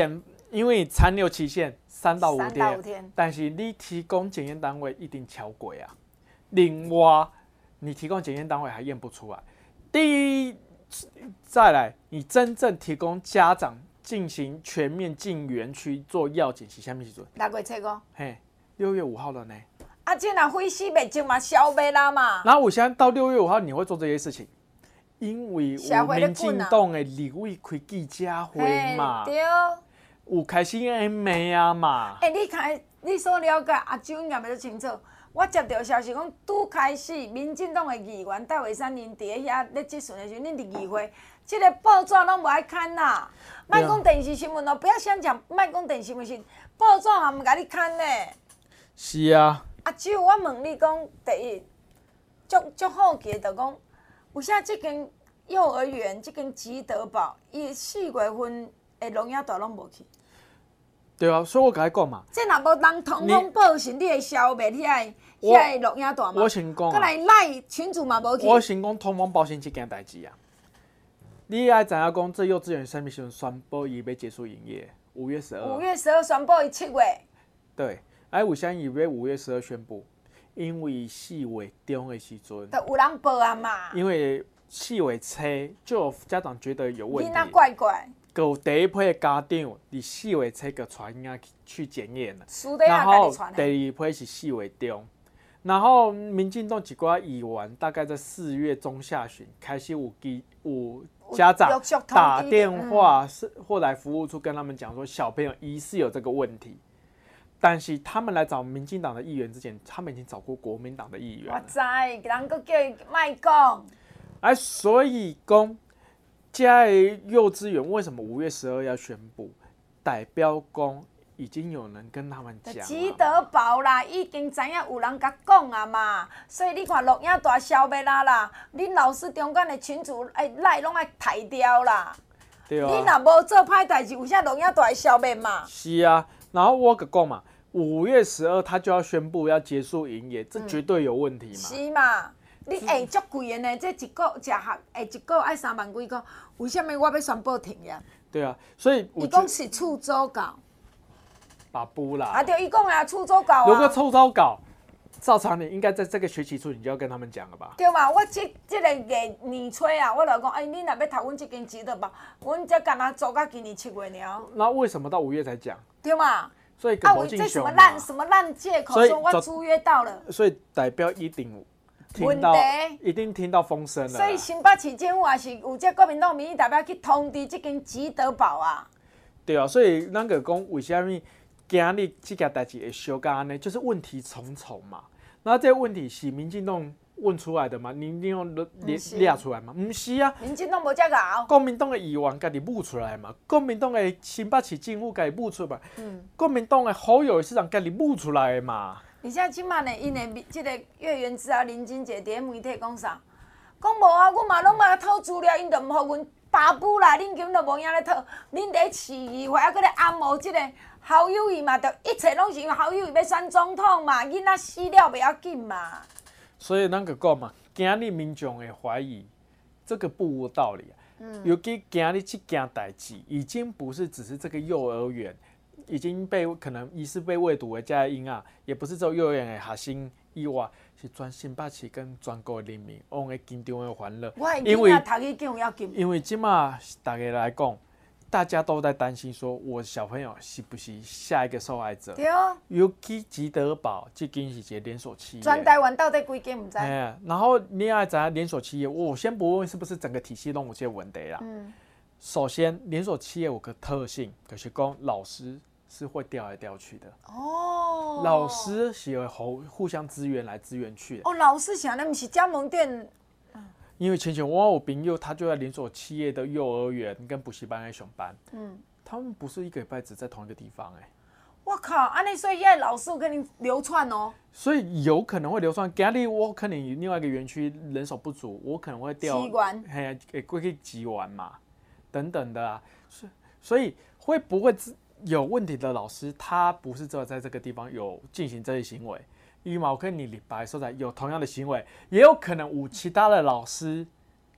Speaker 3: 因为残留期限三到五
Speaker 2: 三到五天，
Speaker 3: 但是你提供检验单位一定超过啊。另外，你提供检验单位还验不出来。第一，再来，你真正提供家长进行全面进园区做药检是什么时阵？
Speaker 2: 六月七号。
Speaker 3: 嘿，六月五号了呢。
Speaker 2: 啊，这若飞死袂就嘛消灭啦嘛。
Speaker 3: 然后我现在到六月五号，你会做这些事情，因为有民进党的立委开记者会嘛，
Speaker 2: 对，
Speaker 3: 有开始演媒啊嘛。
Speaker 2: 哎、欸，你开你所了解，阿周应该袂清楚。我接到消息讲，拄开始民进党的议员戴维山因伫遐咧质询的时候，恁伫议会，即、这个报纸拢无爱看啦。莫讲电视新闻哦，不要想讲，莫讲电视新闻是报纸也毋甲你看呢。
Speaker 3: 是啊。
Speaker 2: 阿周，我问你讲，第一，足足好奇的，就讲，有啥即间幼儿园，即间吉德堡，伊四月份的龙眼大拢无去。
Speaker 3: 对啊，所以我甲你讲嘛。
Speaker 2: 这若无人通风报信，你会消灭遐个遐个龙眼大吗？
Speaker 3: 我先讲啊。
Speaker 2: 再来赖群主嘛无去。
Speaker 3: 我先讲通风报信这件代志啊。你爱知影讲，这幼稚园什么时阵宣布伊要结束营业？五月十二。
Speaker 2: 五月十二宣布伊七月。
Speaker 3: 对。哎，为啥伊要五月十二宣布？因为四月中的时阵，
Speaker 2: 就有人报啊嘛。
Speaker 3: 因为四月初就有家长觉得有问题，
Speaker 2: 囡仔怪怪。
Speaker 3: 有第一批的家长，伫四月初就传囡仔去检验了，
Speaker 2: 然
Speaker 3: 后第二批是四月中，然后民进党一寡议员大概在四月中下旬开始有基有家长打电话是或来服务处跟他们讲说，小朋友疑似有这个问题。但是他们来找民进党的议员之前，他们已经找过国民党的议员了。
Speaker 2: 我知，人佫叫伊莫讲。
Speaker 3: 哎，所以讲，这个幼稚园为什么五月十二要宣布？代表讲已经有人跟他们讲。
Speaker 2: 吉德堡啦，已经知影有人甲讲啊嘛，所以你看录影大消灭啦啦，恁老师中间的群主哎赖拢爱抬掉啦。
Speaker 3: 对啊。
Speaker 2: 你若无做歹代志，有啥录影大会消灭嘛？
Speaker 3: 是啊。然后我个讲嘛，五月十二他就要宣布要结束营业，这绝对有问题嘛。
Speaker 2: 是嘛？你哎，足贵的呢，这一个食学哎一个爱三万几块，为什么我要宣布停业？
Speaker 3: 对啊，所以
Speaker 2: 伊讲是出租稿。
Speaker 3: 把布啦。
Speaker 2: 啊对，伊讲啊，出租稿啊。
Speaker 3: 有个出租稿，照常你应该在这个学期初你就要跟他们讲了吧？
Speaker 2: 对嘛，我这这个月年初啊，我就讲，哎，你若要读阮这间吉德堡，阮才敢若做到今年七月了。
Speaker 3: 那为什么到五月才讲？
Speaker 2: 对嘛？
Speaker 3: 所以
Speaker 2: 啊，为这什么烂什么烂借口说我租约到了？
Speaker 3: 所以代表一定听到，一定听到风声了。
Speaker 2: 所以新北市政府也是有这国民党民意代表去通知这间吉德堡啊。
Speaker 3: 对啊，所以咱个讲为什么今日这件代志会小到安尼，就是问题重重嘛。那这个问题是民进党问出来的吗？你你用列列出来吗？不是啊，
Speaker 2: 民进党无遮搞。
Speaker 3: 国民党的议员家己舞出来嘛，国民党的新北市政府家己舞出来，嗯，国民党的好友市长家己舞出来的嘛。
Speaker 2: 而且即摆呢，因的即个月圆之后，林金姐伫咧媒体讲啥？讲无啊，阮嘛拢嘛讨资料，因就毋互阮发布啦。恁根本就无影咧讨，恁伫市议会还搁咧暗谋即个侯友宜嘛，就一切拢是因为侯友宜要选总统嘛，囡仔死了袂要紧嘛。
Speaker 3: 所以咱个讲嘛，今日民众会怀疑这个不无道理啊。嗯、尤其今日这件代志，已经不是只是这个幼儿园已经被可能疑似被喂毒的家婴啊，也不是只有幼儿园的学生以外，是全新北市跟全国人民往的紧张的欢乐。
Speaker 2: 因为读去更要紧。
Speaker 3: 因为即马大家来讲，大家都在担心说，我小朋友是不是下一个受害者？
Speaker 2: 对哦。
Speaker 3: 尤其吉德堡这间是一个连锁企业。
Speaker 2: 全台湾到底几间唔知？
Speaker 3: 哎，然后你也知影连锁企业，我先不问是不是整个体系都有这问题啦。嗯。首先，连锁企业有个特性，就是讲老师是会调来调去的。哦。老师是会互互相支援来支援去的。
Speaker 2: 哦，老师想的不是加盟店。
Speaker 3: 因为前前我有朋友，他就在连锁企业的幼儿园跟补习班在上班。嗯。他们不是一个礼拜只在同一个地方哎、欸。
Speaker 2: 我靠，安尼所以现在老师跟你流窜哦。
Speaker 3: 所以有可能会流窜。今日我可能另外一个园区人手不足，我可能会调。
Speaker 2: 机关。
Speaker 3: 嘿，会过去支援嘛，等等的啊。所以会不会有问题的老师，他不是只有在这个地方有进行这些行为？羽毛跟你礼拜所在有同样的行为，也有可能有其他的老师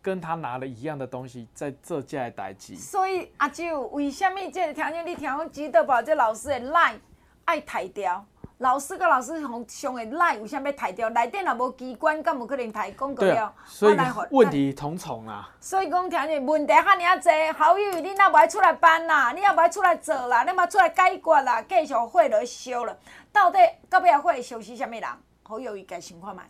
Speaker 3: 跟他拿了一样的东西在做这的代志。
Speaker 2: 所以阿舅，为什么这个听见你听讲基德堡这老师的赖爱抬掉？老师跟老师上上的赖为什么要抬掉？内底若无机关，敢有可能抬广告
Speaker 3: 对
Speaker 2: 了？
Speaker 3: 所以问题重重啊。
Speaker 2: 所以讲听见问题遐尔济，好友你若无爱出来办啦，你若无爱出来做啦，你嘛出来解决啦，继续火落烧了。到底到尾火烧是啥物人？好友伊家想看觅。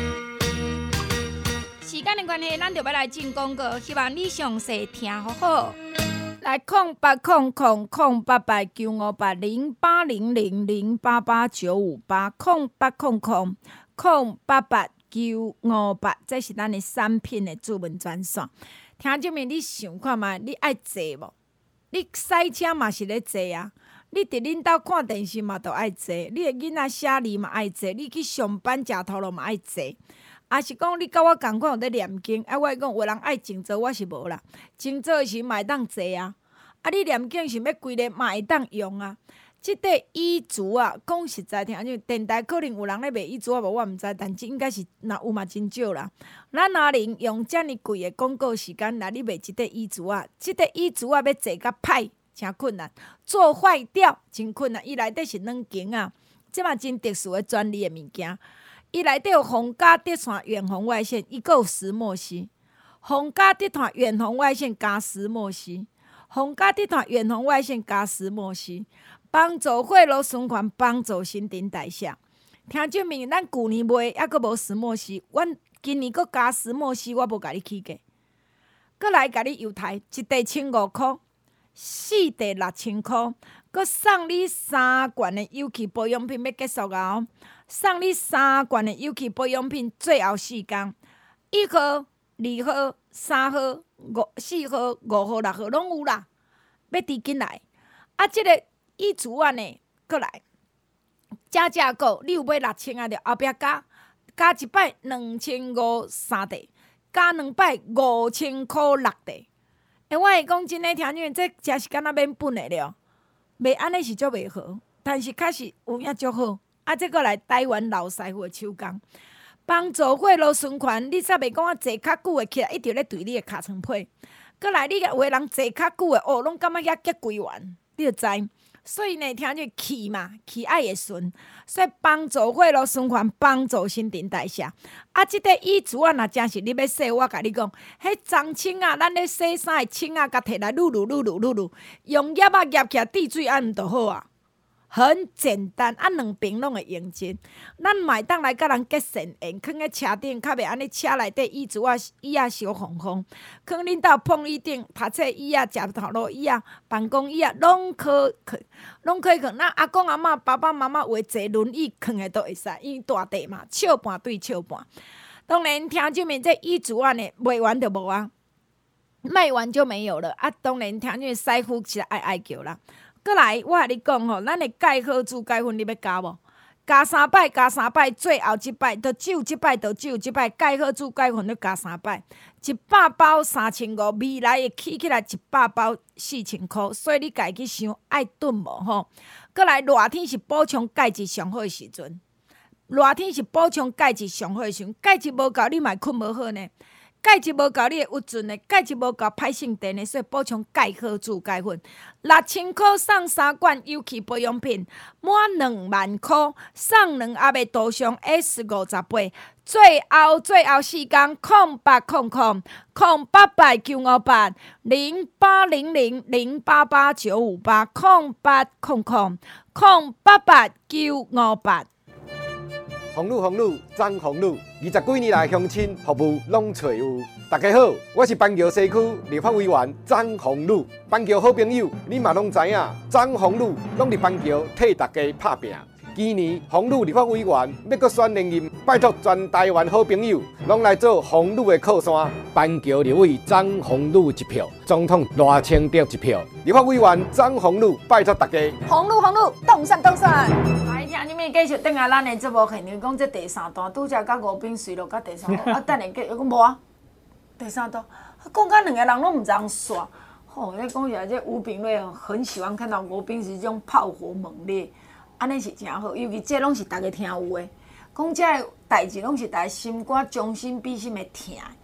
Speaker 4: 时间的关系，咱就要来进广告，希望你详细听好好。
Speaker 2: 来空八空空空八八九五八零八零零零八八九五八空八空空空八八九五八，这是咱的产品的主文专线。听证明你想看觅，你爱坐无？你赛车嘛是咧坐啊，你伫恁兜看电视嘛都爱坐，你的囡仔写字嘛爱坐，你去上班食头路嘛爱坐。啊是讲你甲我共款有咧念经，啊我讲有人爱静坐，我是无啦。静坐的时嘛会当坐啊，啊你念经是要规日嘛会当用啊。即块椅子啊，讲实在听，因电台可能有人咧卖椅子啊，无我毋知，但是应该是若有嘛真少啦。咱若能用遮尔贵的广告时间来你卖即块椅子啊，即块椅子啊要坐甲歹诚困难，做坏掉真困难。伊内底是软筋啊，即嘛真特殊的专利的物件。伊内底有红加碟线远红外线，伊阁有石墨烯。红加碟线远红外线加石墨烯，红加碟线远红外线加石墨烯，帮助血路循环，帮助新陈代谢。听证明，咱旧年卖还阁无石墨烯，阮今年阁加石墨烯，我无甲你起价。阁来甲你优待，一袋千五箍，四袋六千箍，阁送你三罐的有机保养品，要结束啊！哦，送你三罐的有机保养品，最后四天，一号、二号、三号、五、四号、五号、六号拢有啦，要提紧来。啊，即、这个椅子啊呢，阁来加价购，你有买六千啊？着后壁加加一摆两千五三袋，加两摆五千箍六袋。诶，我会讲真诶，听见这真是敢若免本诶了，袂安尼是足袂好，但是确实有影足好。啊，这个来台湾老师傅的手工，帮助血路循环。你煞袂讲啊，坐较久的起来，一直咧对你的尻川皮。过来，你有诶人坐较久的，哦，拢感觉遐结规完，你就知。所以呢，听见气嘛，气爱会顺，所以帮助血路循环，帮助新陈代谢。啊，即块椅子啊，若真是你要洗，我甲你讲，迄脏青啊，咱咧洗衫的青啊，甲摕来撸撸撸撸撸撸，用叶啊叶起来滴水按就好啊。很简单，啊，两边拢会用尽。咱嘛会当来甲人结善缘，囥咧车顶，较袂安尼车内底椅子啊椅啊烧烘烘。囥恁兜碰椅顶，读册椅啊、食头路椅啊、办公椅啊，拢可可，拢可以囥。咱阿公阿嬷、爸爸妈妈有坐轮椅囥诶都会使，因为大地嘛，笑盘对笑盘。当然，听证明这椅子啊呢，卖完就无啊，卖完就没有了啊。当然，听证师傅是爱爱叫啦。过来，我甲你讲吼，咱的钙好珠钙粉你要加无？加三摆，加三摆，最后一摆，就只有一摆，就只有一摆。钙好珠钙粉你加三摆，一百包三千五，未来会起起来一百包四千箍，所以你家己想爱炖无吼？过来，热天是补充钙质上好的时阵，热天是补充钙质上好的时阵，钙质无够，你嘛困无好呢。钙质无够，你会郁准的；钙质无够，歹性电的，所以补充钙好珠钙粉。六千箍送三罐有机保养品，满两万箍送两盒的杜尚 S 五十八。最后最后四天，空八空空空八八九五八零八零零零八八九五八空八空空空八八九五八。
Speaker 6: 红路红路张红路，二十几年来乡亲服务拢找有。大家好，我是板桥西区立法委员张红路。板桥好朋友，你嘛拢知影，张红路拢伫板桥替大家拍拼。今年红路立法委员要阁选连任，拜托全台湾好朋友拢来做红路的靠山。板桥立委张红路一票，总统赖清德一票。立法委员张红路，拜托大家。
Speaker 2: 红路红路，动算动算。来听你们继续等下咱的节目，现场讲这第三段，拄则甲吴炳随落甲第三段，啊，等下继续讲无啊。第三段，讲甲两个人拢唔知影煞。吼，你讲起来，这吴炳瑞很喜欢看到吴炳随这种炮火猛烈。安尼是真好，尤其这拢是大家听有诶。讲这代志拢是大家心肝、将心比心诶疼。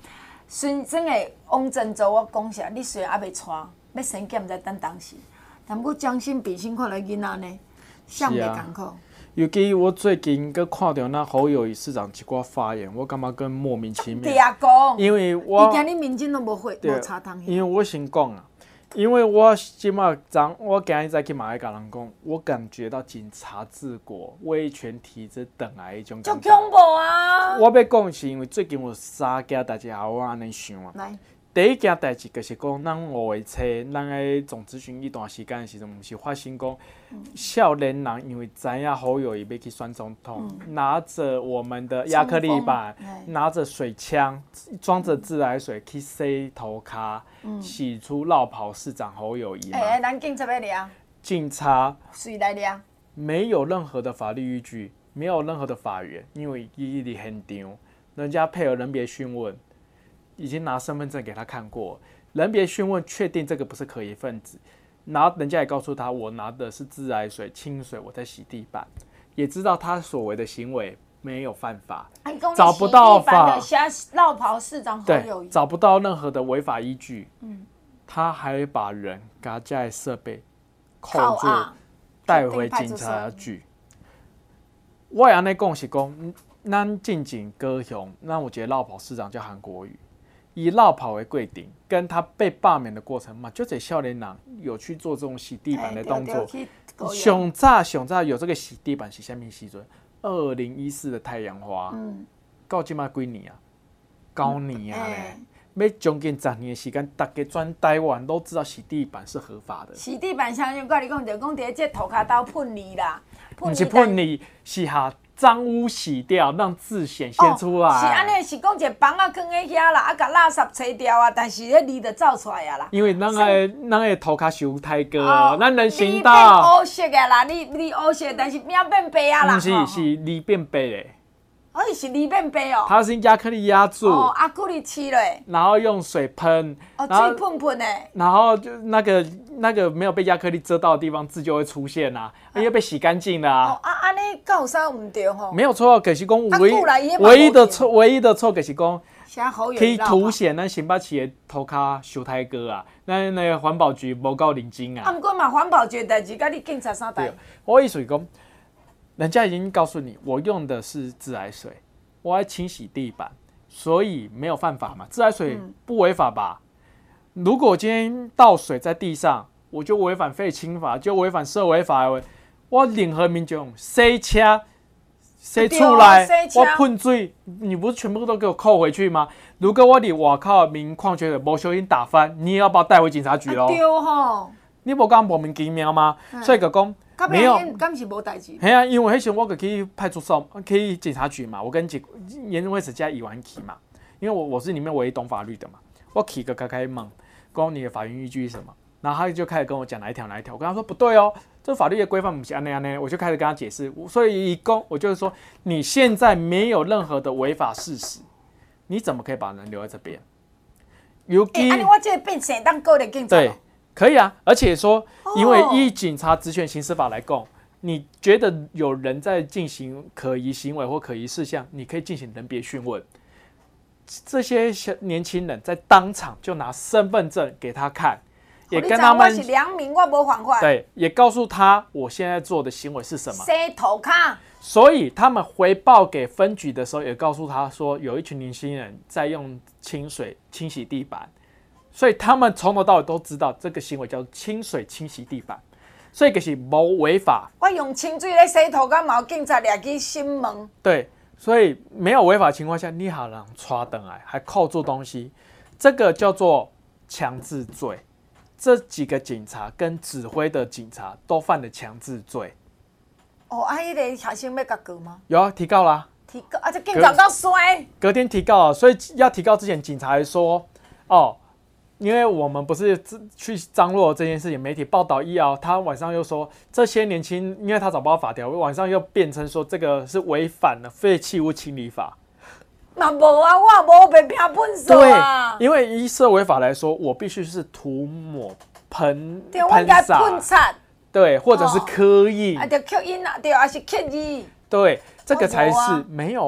Speaker 2: 孙真诶王振洲，我讲实，你虽然还袂娶，要生囝才等当时，但我将心比心看来囡仔呢，相袂艰苦。
Speaker 3: 尤其我最近佮看到那侯友宜市长一寡发言，我感觉更莫名其妙。
Speaker 2: 对啊，讲，
Speaker 3: 因为我，
Speaker 2: 伊今日民进都无会无查通。
Speaker 3: 因为我先讲啊，因为我即马昨我今日再去马来甲人讲，我感觉到警察治国、威权体制等来一种感觉。
Speaker 2: 足恐怖啊！
Speaker 3: 我要讲是因为最近有三件代志，我安尼想啊。
Speaker 2: 来。
Speaker 3: 第一件代志就是讲，咱五月初，咱咧总咨询一段时间的时阵，毋是发生讲，少年人因为知影侯友宜要去选总统，嗯、拿着我们的亚克力板，拿着水枪，装着自来水去洗头壳，嗯、洗出落跑市长侯友宜嘛。
Speaker 2: 哎、欸，咱警察要抓。
Speaker 3: 警察
Speaker 2: 谁来抓？
Speaker 3: 没有任何的法律依据，没有任何的法源，因为伊伫现场，人家配合人别讯问。已经拿身份证给他看过，人别讯问确定这个不是可疑分子，然后人家也告诉他，我拿的是自来水、清水，我在洗地板，也知道他所为的行为没有犯法，找不到法，
Speaker 2: 绕跑市长侯友宜，
Speaker 3: 找不到任何的违法依据，嗯，他还把人给他家的设备扣住，带回警察局。我安尼讲是讲，咱进警高雄，那我觉得绕跑市长叫韩国瑜。以绕跑为贵顶，跟他被罢免的过程嘛，就这少年人有去做这种洗地板的动作。上早上早有这个洗地板是啥物时阵？二零一四的太阳花，嗯，到今嘛几年啊？九年啊嘞！要将近十年的时间，大家全台湾都知道洗地板是合法的。
Speaker 2: 洗地板像我跟你讲，就讲伫这土骹刀喷泥啦，
Speaker 3: 不是喷泥，是下。脏污洗掉，让字显现出来。哦、
Speaker 2: 是安尼，是讲一个房啊，放喺遐啦，啊，甲垃圾吹掉啊，但是迄字就走出来啊啦。
Speaker 3: 因为咱个咱个头壳伤太高，哦、咱人行道。
Speaker 2: 你变乌色啊啦，你你乌色，但是秒变白啊啦。
Speaker 3: 不是，哦、是字变白嘞。
Speaker 2: 哦，是字变白哦。
Speaker 3: 它是亚克力压住。
Speaker 2: 哦，亚克力漆嘞。
Speaker 3: 然后用水喷。
Speaker 2: 哦，水喷喷诶。
Speaker 3: 然后就那个那个没有被亚克力遮到的地方，字就会出现啦、啊，因为被洗干净了啊。
Speaker 2: 哦啊，安尼有啥唔对吼？
Speaker 3: 没有错，可是讲唯唯一的错，唯一的错可是讲，可以凸显咱新北市的涂骹伤太高啊。咱那个环保局无够认真啊。
Speaker 2: 啊，不过嘛，环保局代志，甲你警察啥代？
Speaker 3: 我意思是讲，人家已经告诉你，我用的是自来水，我要清洗地板，所以没有犯法嘛。自来水不违法吧？嗯、如果今天倒水在地上，我就违反废清法，就违反社违法的。我任何民众洗车、洗出来，我喷水，你不是全部都给我扣回去吗？如果我伫外口民矿泉水无小心打翻，你也要把我带回警察局咯。
Speaker 2: 对吼，
Speaker 3: 你无讲莫名其妙吗？嗯、所以就讲没有，
Speaker 2: 敢是无代志。
Speaker 3: 系啊，因为迄时我就去派出所，去警察局嘛，我跟检严正会史加议员去嘛，因为我我是里面唯一懂法律的嘛，我去个开开问，讲你的法律依据是什么？然后他就开始跟我讲哪一条哪一条，我跟他说不对哦，这法律的规范不是安内安内，我就开始跟他解释。所以一共我就是说，你现在没有任何的违法事实，你怎么可以把人留在这边？尤其，
Speaker 2: 哎，我这个变成当个人警察。
Speaker 3: 对，可以啊，而且说，因为依警察职权行使法来讲，你觉得有人在进行可疑行为或可疑事项，你可以进行人别讯问。这些年轻人在当场就拿身份证给他看。也跟他们，
Speaker 2: 我是良民，我无犯法。
Speaker 3: 对，也告诉他我现在做的行为是什么。
Speaker 2: 洗头壳。
Speaker 3: 所以他们回报给分局的时候，也告诉他说，有一群年轻人在用清水清洗地板，所以他们从头到尾都知道这个行为叫清水清洗地板，所以就是无违法。
Speaker 2: 我用清水来洗头壳，毛警察抓去审问。
Speaker 3: 对，所以没有违法情况下，你还让抓回来，还扣住东西，这个叫做强制罪。这几个警察跟指挥的警察都犯了强制罪。
Speaker 2: 哦，啊，迄个学生要甲告吗？
Speaker 3: 有啊，提告啦、啊。
Speaker 2: 提告啊，这警察够衰。
Speaker 3: 隔天提告啊，所以要提告之前，警察还说，哦，因为我们不是去张罗这件事情，媒体报道一啊，他晚上又说这些年轻，因为他找不到法条，晚上又辩称说这个是违反了废弃物清理法。
Speaker 2: 嘛无啊，我也无被拼喷水啊。
Speaker 3: 对，因为依社违法来说，我必须是涂抹、喷、
Speaker 2: 对，我应该喷擦，
Speaker 3: 对，或者是刻印，
Speaker 2: 啊，对，刻印啊，对，还是刻字，
Speaker 3: 对，这个才是、哦啊、没有啊。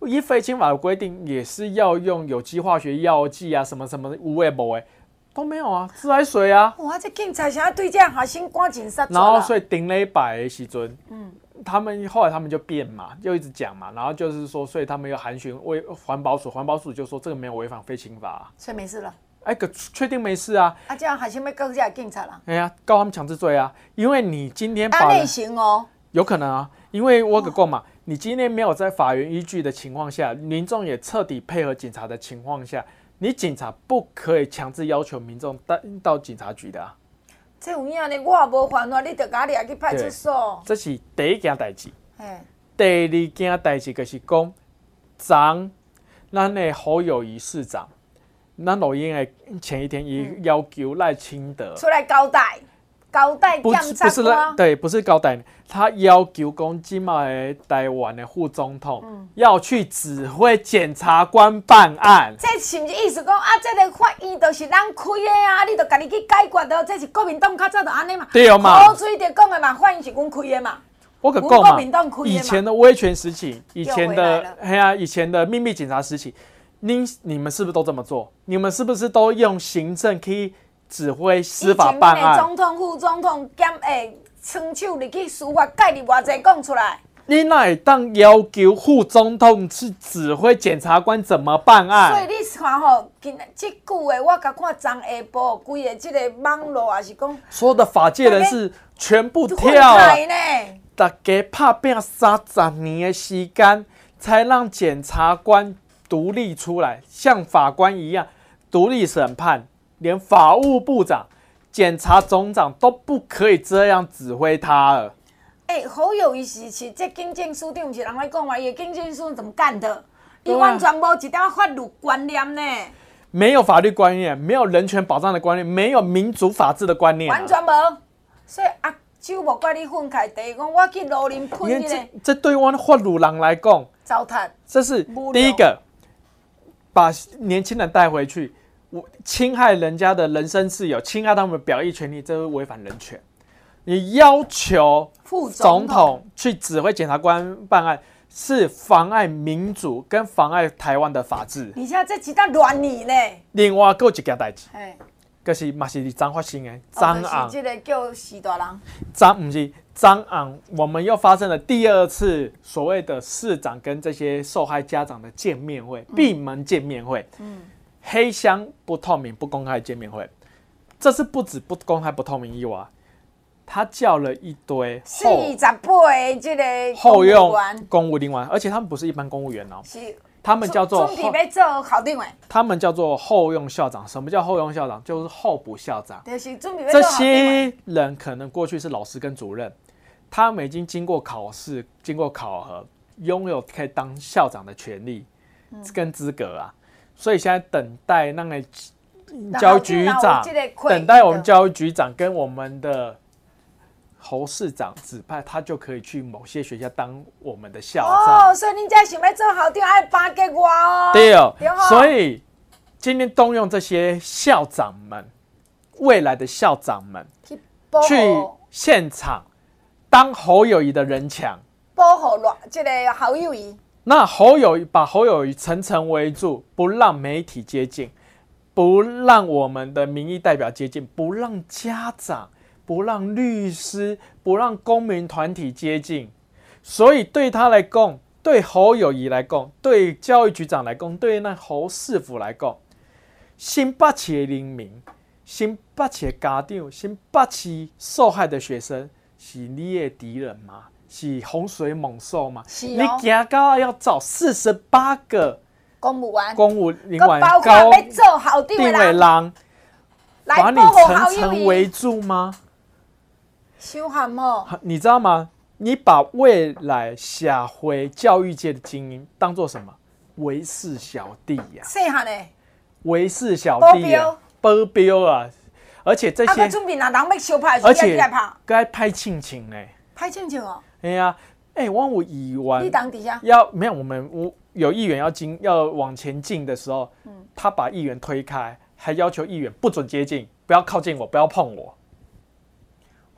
Speaker 3: 依废清法的规定也是要用有机化学药剂啊，什么什么无为不为都没有啊，自来水啊。
Speaker 2: 哇，这警察想要对这样学生赶紧杀。
Speaker 3: 然后所以顶礼拜的时阵，嗯，他们后来他们就变嘛，就一直讲嘛，然后就是说，所以他们又函询为环保署，环保署就说这个没有违反废清法、啊，
Speaker 2: 所以没事了。
Speaker 3: 哎，可确定没事啊？
Speaker 2: 啊，这样学生要告这警察啦？
Speaker 3: 哎呀，告他们强制罪啊，因为你今天把
Speaker 2: 啊内行哦，
Speaker 3: 有可能啊，因为我有讲嘛。你今天没有在法院依据的情况下，民众也彻底配合警察的情况下，你警察不可以强制要求民众到到警察局的啊。
Speaker 2: 这有影呢，我也无犯法，你就把我抓去派出所。
Speaker 3: 这是第一件代志。
Speaker 2: 哎，
Speaker 3: 第二件代志就是讲，昨咱的侯友宜市长，咱录音的前一天，伊要求赖清德、
Speaker 2: 嗯、出来交代。交代检察官，
Speaker 3: 对，不是交代，他要求讲今麦的台湾的副总统、嗯、要去指挥检察官办案。
Speaker 2: 这是不是意思讲啊？这个法院就是咱开的啊，你就家己去解决的，这是国民党较早就安尼嘛。
Speaker 3: 对嘛。
Speaker 2: 口水就讲的嘛，法院是阮开的嘛。
Speaker 3: 我可讲嘛，以前的威权时期，以前的嘿啊，以前的秘密警察时期，你你们是不是都这么做？你们是不是都用行政可以？指挥司法办案，
Speaker 2: 总统、副总统兼诶，伸手入去司法界里偌济讲出来。
Speaker 3: 你哪会当要求副总统去指挥检察官怎么办案？
Speaker 2: 所以你看吼，今这句话我甲看昨下晡规个这个网络也是讲，
Speaker 3: 所有的法界人士全部跳啊！大家拍拼三十年的时间，才让检察官独立出来，像法官一样独立审判。连法务部长、检察总长都不可以这样指挥他了。
Speaker 2: 哎、欸，侯友宜时期，这警政署长不是人来讲嘛？伊警政署怎么干的？伊完全无一点法律观念呢。
Speaker 3: 没有法律观念，没有人权保障的观念，没有民主法治的观念、啊，
Speaker 2: 完全无。所以啊，酒无怪你愤慨，第一讲我去路林喷你咧。
Speaker 3: 这对我们法律人来讲，
Speaker 2: 糟蹋。
Speaker 3: 这是第一个，把年轻人带回去。侵害人家的人身自由，侵害他们的表意权利，这是违反人权。你要求副总统去指挥检察官办案，是妨碍民主跟妨碍台湾的法治。
Speaker 2: 而且这是在乱你呢。
Speaker 3: 另外，还有一件代志，就是嘛是昨发生的，昨暗。
Speaker 2: 哦，就是这个叫死大人。
Speaker 3: 昨不是昨暗，我们又发生了第二次所谓的市长跟这些受害家长的见面会，嗯、闭门见面会。嗯。黑箱不透明、不公开的见面会，这是不止不公开、不透明以外，他叫了一堆
Speaker 2: 四十八个这个
Speaker 3: 后用公务人员，而且他们不是一般公务员哦，
Speaker 2: 是
Speaker 3: 他们叫做
Speaker 2: 准备要做校长的，
Speaker 3: 他们叫做后用校长。什么叫后用校长？就是候补校长。
Speaker 2: 就是准备要做校长。
Speaker 3: 这些人可能过去是老师跟主任，他们已经经过考试、经过考核，拥有可以当校长的权利跟资格啊。所以现在等待那个教育局长，等待我们教育局长跟我们的侯市长指派，他就可以去某些学校当我们的校长。
Speaker 2: 哦，所以您家想要做校长，要颁给我哦。
Speaker 3: 对哦，所以今天动用这些校长们，未来的校长们，去现场当侯友宜的人墙，
Speaker 2: 保护这个侯友宜。
Speaker 3: 那侯友宜把侯友宜层层围住，不让媒体接近，不让我们的民意代表接近，不让家长、不让律师、不让公民团体接近。所以对他来讲，对侯友宜来讲，对教育局长来讲，对那侯市府来讲，新北市的人民、新北市的家长、新北市受害的学生，是你的敌人吗？是洪水猛兽吗？
Speaker 2: 是哦、
Speaker 3: 你行到要找四十八个
Speaker 2: 公务员、
Speaker 3: 公务人员
Speaker 2: 包括要做校长的人，
Speaker 3: 把你层层围住吗？
Speaker 2: 伤寒哦！
Speaker 3: 你知道吗？你把未来社会教育界的精英当做什么？维氏小弟呀、啊！
Speaker 2: 细汉的
Speaker 3: 维氏小弟啊，保镖啊！而且这些，
Speaker 2: 啊，准备拿人要相拍，
Speaker 3: 而且该拍亲情呢？
Speaker 2: 拍亲情哦！
Speaker 3: 哎呀，哎，我有议员，
Speaker 2: 你当底下
Speaker 3: 要没有我们我有议员要进要往前进的时候，嗯，他把议员推开，还要求议员不准接近，不要靠近我，不要碰我。
Speaker 2: 哦，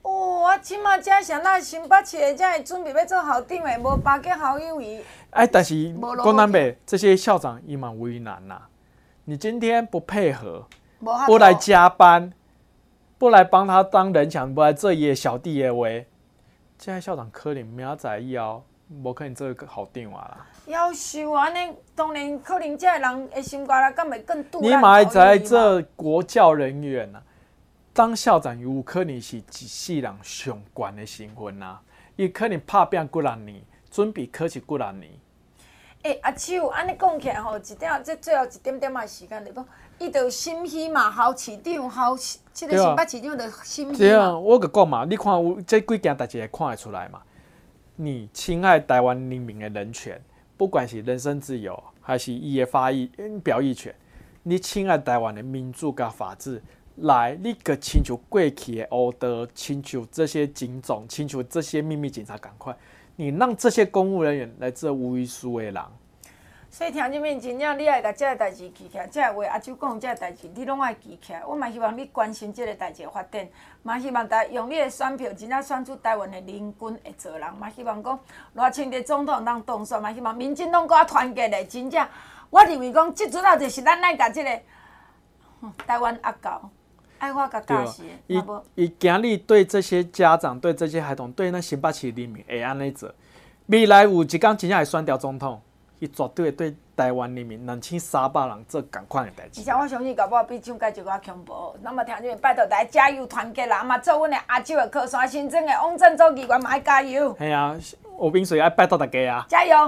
Speaker 2: 我即马遮谁那新北市的，才会准备要做校长的，无巴结校友伊。
Speaker 3: 哎，但是讲南北这些校长也蛮为难呐、啊。你今天不配合，不来加班，不来帮他当人墙，不来做伊的小弟的话，这些校长可能明仔载以后，无可能做个校长啊啦。
Speaker 2: 夭寿啊！安尼当然可能这个人的心肝啦，敢会更堵。
Speaker 3: 你嘛会知做国教人员啊，当校长有可能是一世人上悬的身份啊，伊可能拍拼几六年，准备考试几六年。
Speaker 2: 诶、欸，阿秋，安尼讲起来吼，一点这最后一点点仔时间，对不？伊就心虚嘛，校市长、校即、这个新北市长就心虚嘛。
Speaker 3: 对啊，我甲讲嘛，你看有这几件代志会看得出来嘛。你侵害台湾人民的人权，不管是人身自由，还是伊的发意表意权，你侵害台湾的民主甲法治，来你个亲像过去的黑道，亲像这些警总，亲像这些秘密警察，赶快，你让这些公务人员来做无依书的人。
Speaker 2: 所以听入面真正你爱甲这个代志记起来，这个话阿舅讲这个代志，你拢爱记起来。我嘛希望你关心这个代志的发展，嘛希望大家用你的选票真正选出台湾的人均会做人，嘛希望讲赖清德总统当当选，嘛希望民进党搁较团结的，真正我认为讲即阵啊，就是咱爱甲这个、嗯、台湾压到爱我甲教示的，嘛无。
Speaker 3: 伊今日对这些家长、对这些孩童、对那新北市人民会安尼做，未来有一天真正会选掉总统。伊绝对会对台湾人民两千三百人做同款的代志。
Speaker 2: 而且我相信，搞不好比蒋介石较恐怖。那么听众拜托大家加油团结啦！啊嘛，做阮的阿舅的靠山，新增的王振洲议员嘛爱加油。
Speaker 3: 系啊，吴炳水爱拜托大家啊！
Speaker 2: 加油！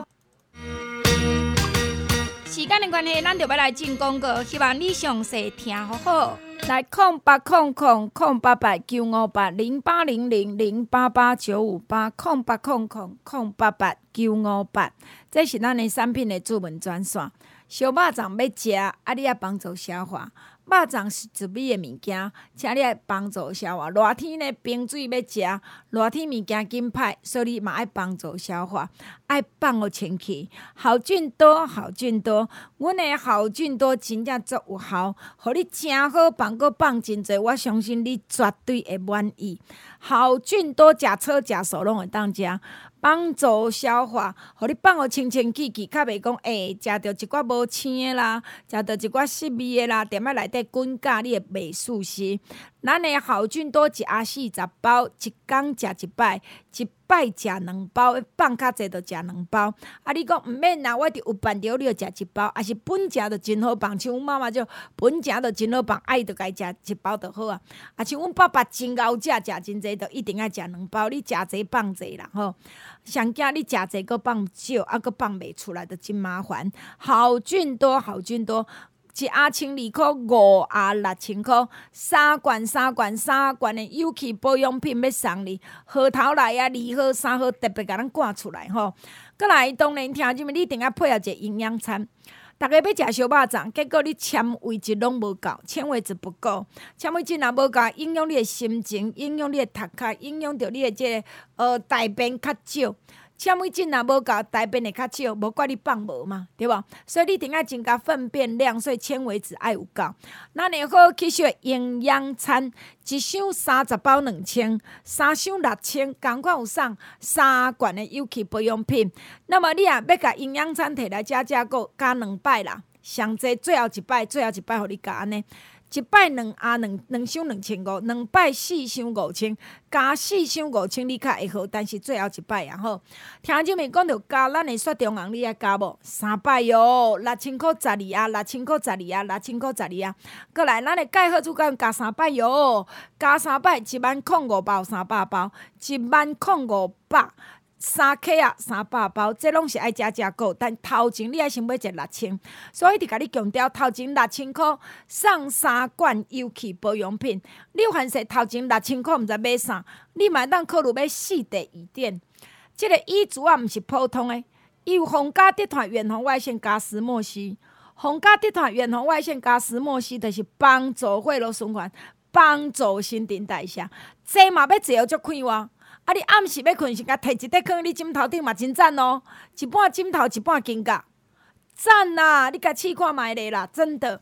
Speaker 4: 时间的关系，咱就要来进广告，希望你详细听好好。
Speaker 2: 来空八空空空八八九五八零八零零零八八九五八空八空空空八八九五八，这是咱的产品的主文专线。小肉粽要食，啊，你要帮助消化。肉粽是滋味的物件，请你来帮助消化。热天呢，冰水要食，热天物件紧歹，所以你嘛爱帮助消化，爱放互清气。好菌多，好菌多，阮的好菌多真正足有效，互你真好放，搁放真侪，我相信你绝对会满意。好菌多，食草食素拢会当食。帮助消化，互你放互清清气气，较袂讲诶，食着一寡无青的啦，食着一寡湿味的啦，踮咧内底滚咖，你会袂舒适。咱的好菌多一盒四十包，一工食一摆，一摆食两包，放较济就食两包。啊，你讲毋免啦，我伫有办着，你就食一包，啊是本食就真好放，像阮妈妈就本食就真好放，爱就该食一包就好啊。啊，像阮爸爸真敖食，食真济，就一定爱食两包。你食济放济啦吼。上惊你食济搁放少，啊搁放袂出来，就真麻烦。好菌多，好菌多。一盒千二块，五盒六千块，三罐三罐三罐的有机保养品要送你，号头来啊，二号三号特别甲咱挂出来吼。过来当然听入面，你一定要配合一个营养餐。逐个要食小肉粽，结果你纤维质拢无够，纤维质不够，纤维质若无够，影响你的心情，影响你的头壳，影响到你的这个呃大便较少。纤维质若无够，大便会较少，无怪你放无嘛，对无？所以你一定要增加粪便量，所以纤维质爱有够。咱会好吸收营养餐，一箱三十包两千，三箱六千，同款有送三罐的有机保养品。那么你也要甲营养餐摕来食食个，加两摆啦，上济最后一摆，最后一摆，互你加安尼。一摆两盒两两箱两千五，两摆四箱五千，加四箱五千你较会好，但是最后一摆也好。听众们讲到加咱的雪中红，你爱加无？三摆哟，六千块十二啊，六千块十二啊，六千块十二啊。过来，咱的钙好处讲加三摆哟，加三摆一万空五包三百包，一万空五百。三克啊，三百包，这拢是爱食食够，但头前你爱先买一六千，所以伫甲你强调头前六千块送三罐有机保养品。你凡是头前六千块毋知买啥，你嘛当考虑买四地椅垫。这个椅子啊，毋是普通的，伊有红加地团远红外线加石墨烯，红加地团远红外线加石墨烯，就是帮助血液循环，帮助新陈代谢，这嘛要坐足快哇。啊！你暗时要困时，甲摕一块放你枕头顶嘛，真赞哦！一半枕头，一半肩胛，赞啦！你甲试看卖咧啦，真的。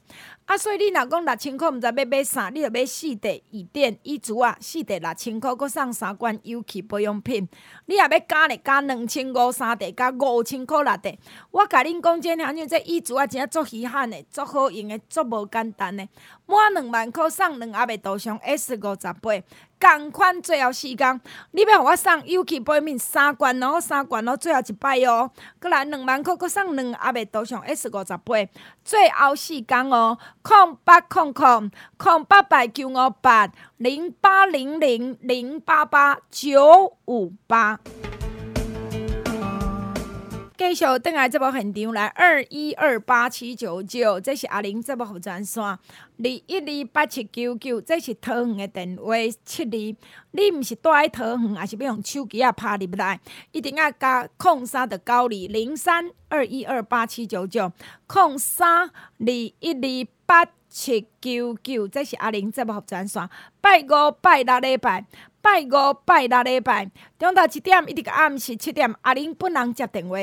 Speaker 2: 啊，所以你若讲六千箍，毋知要买啥，你着买四地椅垫、椅子啊，四地六千箍，佮送三罐有气保养品。你若要加咧，加两千五三地，加五千箍六地。我甲恁讲，这听像这椅子啊，真正足稀罕的，足好用的，足无简单的。满两万箍送两盒的杜尚 S 五十八。同款最后时间，你要互我送有气保养品三罐哦，三罐哦，最后一摆哦。过来两万箍，佮送两盒的杜尚 S 五十八。最后时间哦，空八空空空八八九五八零八零零零八八九五八。继续转来节目现场来二一二八七九九，这是阿玲节目服专线二一二八七九九，这是桃园的电话七二。你毋是住喺桃园，还是要用手机啊拍入来，一定要加空三的九二零三二一二八七九九空三二一二八七九九，这是阿玲节目服专线。拜五拜六礼拜。拜五拜六礼拜，中昼一点一直到暗时七点，阿玲本人接电话。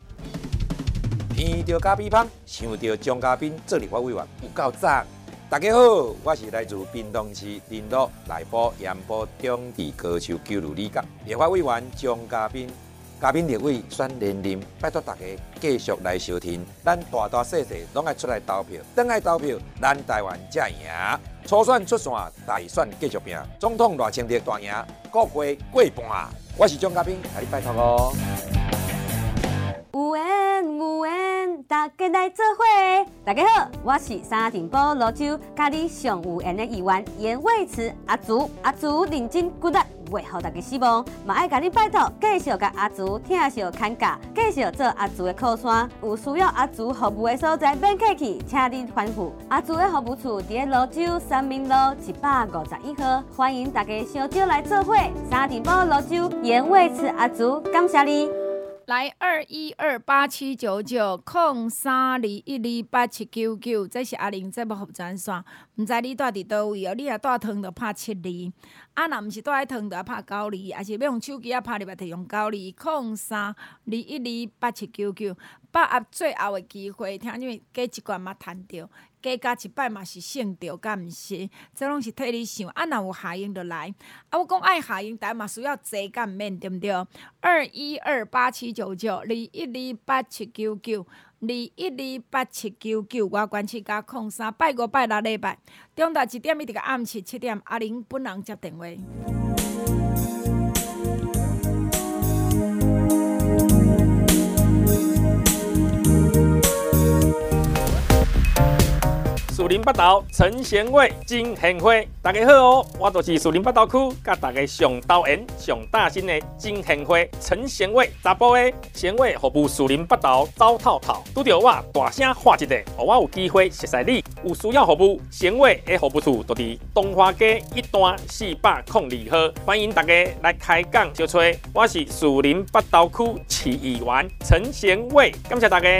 Speaker 7: 闻到咖啡香，想到蒋家彬做立法委员有够赞。大家好，我是来自屏东市林鹿、内埔、盐埔、中地、高树九路里角立法委员蒋家彬。嘉宾立委选连任，拜托大家继续来收听，咱大大小小拢爱出来投票，等爱投票，咱台湾才赢。初选出线，大选继续拼，总统赖清德大赢，国会过半。我是蒋家彬，甲你拜托哦。
Speaker 8: 有缘有缘，大家来做伙。大家好，我是沙尘暴泸州甲你上有缘的议员严伟慈阿竹。阿竹认真骨力，袂互大家失望，嘛爱甲你拜托，继续甲阿竹听小看教，继续做阿竹的靠山。有需要阿竹服务的所在，免客气，请你吩咐。阿竹的服务处伫咧泸州三民路一百五十一号，欢迎大家相招来做伙。沙尘暴泸州严伟慈阿竹，感谢你。
Speaker 2: 来二一二八七九九空三二一二八七九九，这是阿玲节目服专线。毋知你住伫倒位哦？你若住汤就拍七二，啊，若毋是住喺汤就拍九二，还是要用手机啊拍入来就用九二空三二一二八七九九。把握最后的机会，听因为加一罐嘛赚着，加加一摆嘛是省着，敢毋是？这拢是替你想。啊，若有下用就来。啊，我讲爱下用，但嘛需要坐，敢毋免对毋对？二一二八七九九二一二八七九九二一二八七九九，我关七加空三，拜五拜六礼拜，中昼一点一直到暗时七点，阿玲本人接电话。
Speaker 9: 树林北投陈贤伟金贤辉，大家好哦！我就是树林北投区，甲大家上投缘、上大心的金贤辉陈贤伟查甫的贤伟服务树林北投走透透，拄着我大声喊一个，互我有机会熟悉你。有需要服务，贤伟的服务处就伫东华街一段四百零二号，欢迎大家来开讲小吹。我是树林北投区市议员陈贤伟，感谢大家。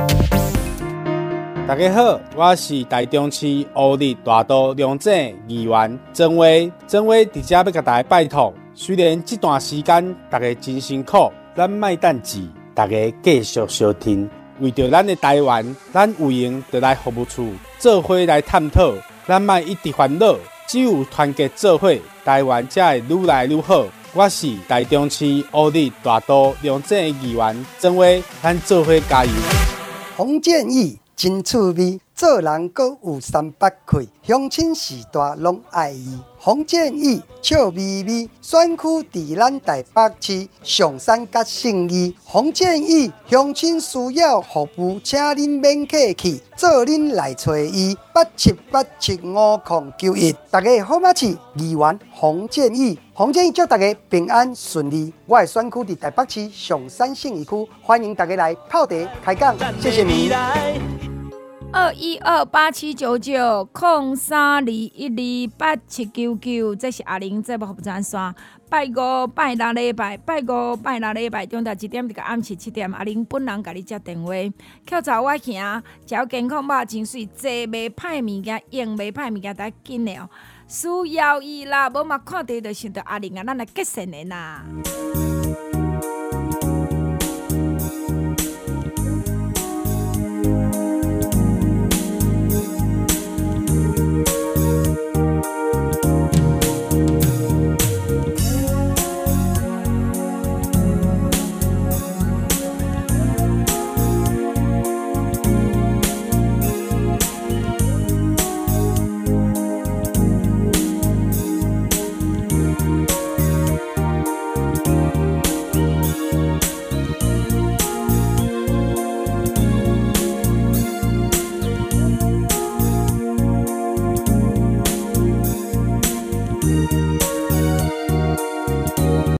Speaker 10: 大家好，我是台中市乌日大道龙井议员曾伟。曾伟伫遮要甲大家拜托，虽然这段时间大家真辛苦，咱莫等志，大家继续收听。为着咱的台湾，咱有闲就来服务处做伙来探讨，咱莫一直烦恼，只有团结做伙，台湾才会愈来愈好。我是台中市乌日大道龙井议员曾伟，咱做伙加油。
Speaker 11: 洪建义。真趣味，做人阁有三八气，乡亲时代拢爱伊。洪建义笑眯眯，选区伫咱台北市上山甲信义。洪建义乡亲需要服务，请恁免客气，做恁来找伊。八七八七五零九一，大家好吗？是议员洪建义。洪建义祝大家平安顺利。我的选区伫台北市上山信义区，欢迎大家来泡茶开讲，谢谢你。
Speaker 2: 二一二八七九九空三二一二八七九九，这是阿玲节目服专线。拜五拜六礼拜，拜五拜六礼拜，中昼一点到暗时七点，阿玲本人甲你接电话。口罩我行，食健康肉真水，坐袂歹物件，用袂歹物件，大家紧的哦。需要伊啦，无嘛看到就想到阿玲啊，咱来结善的啦。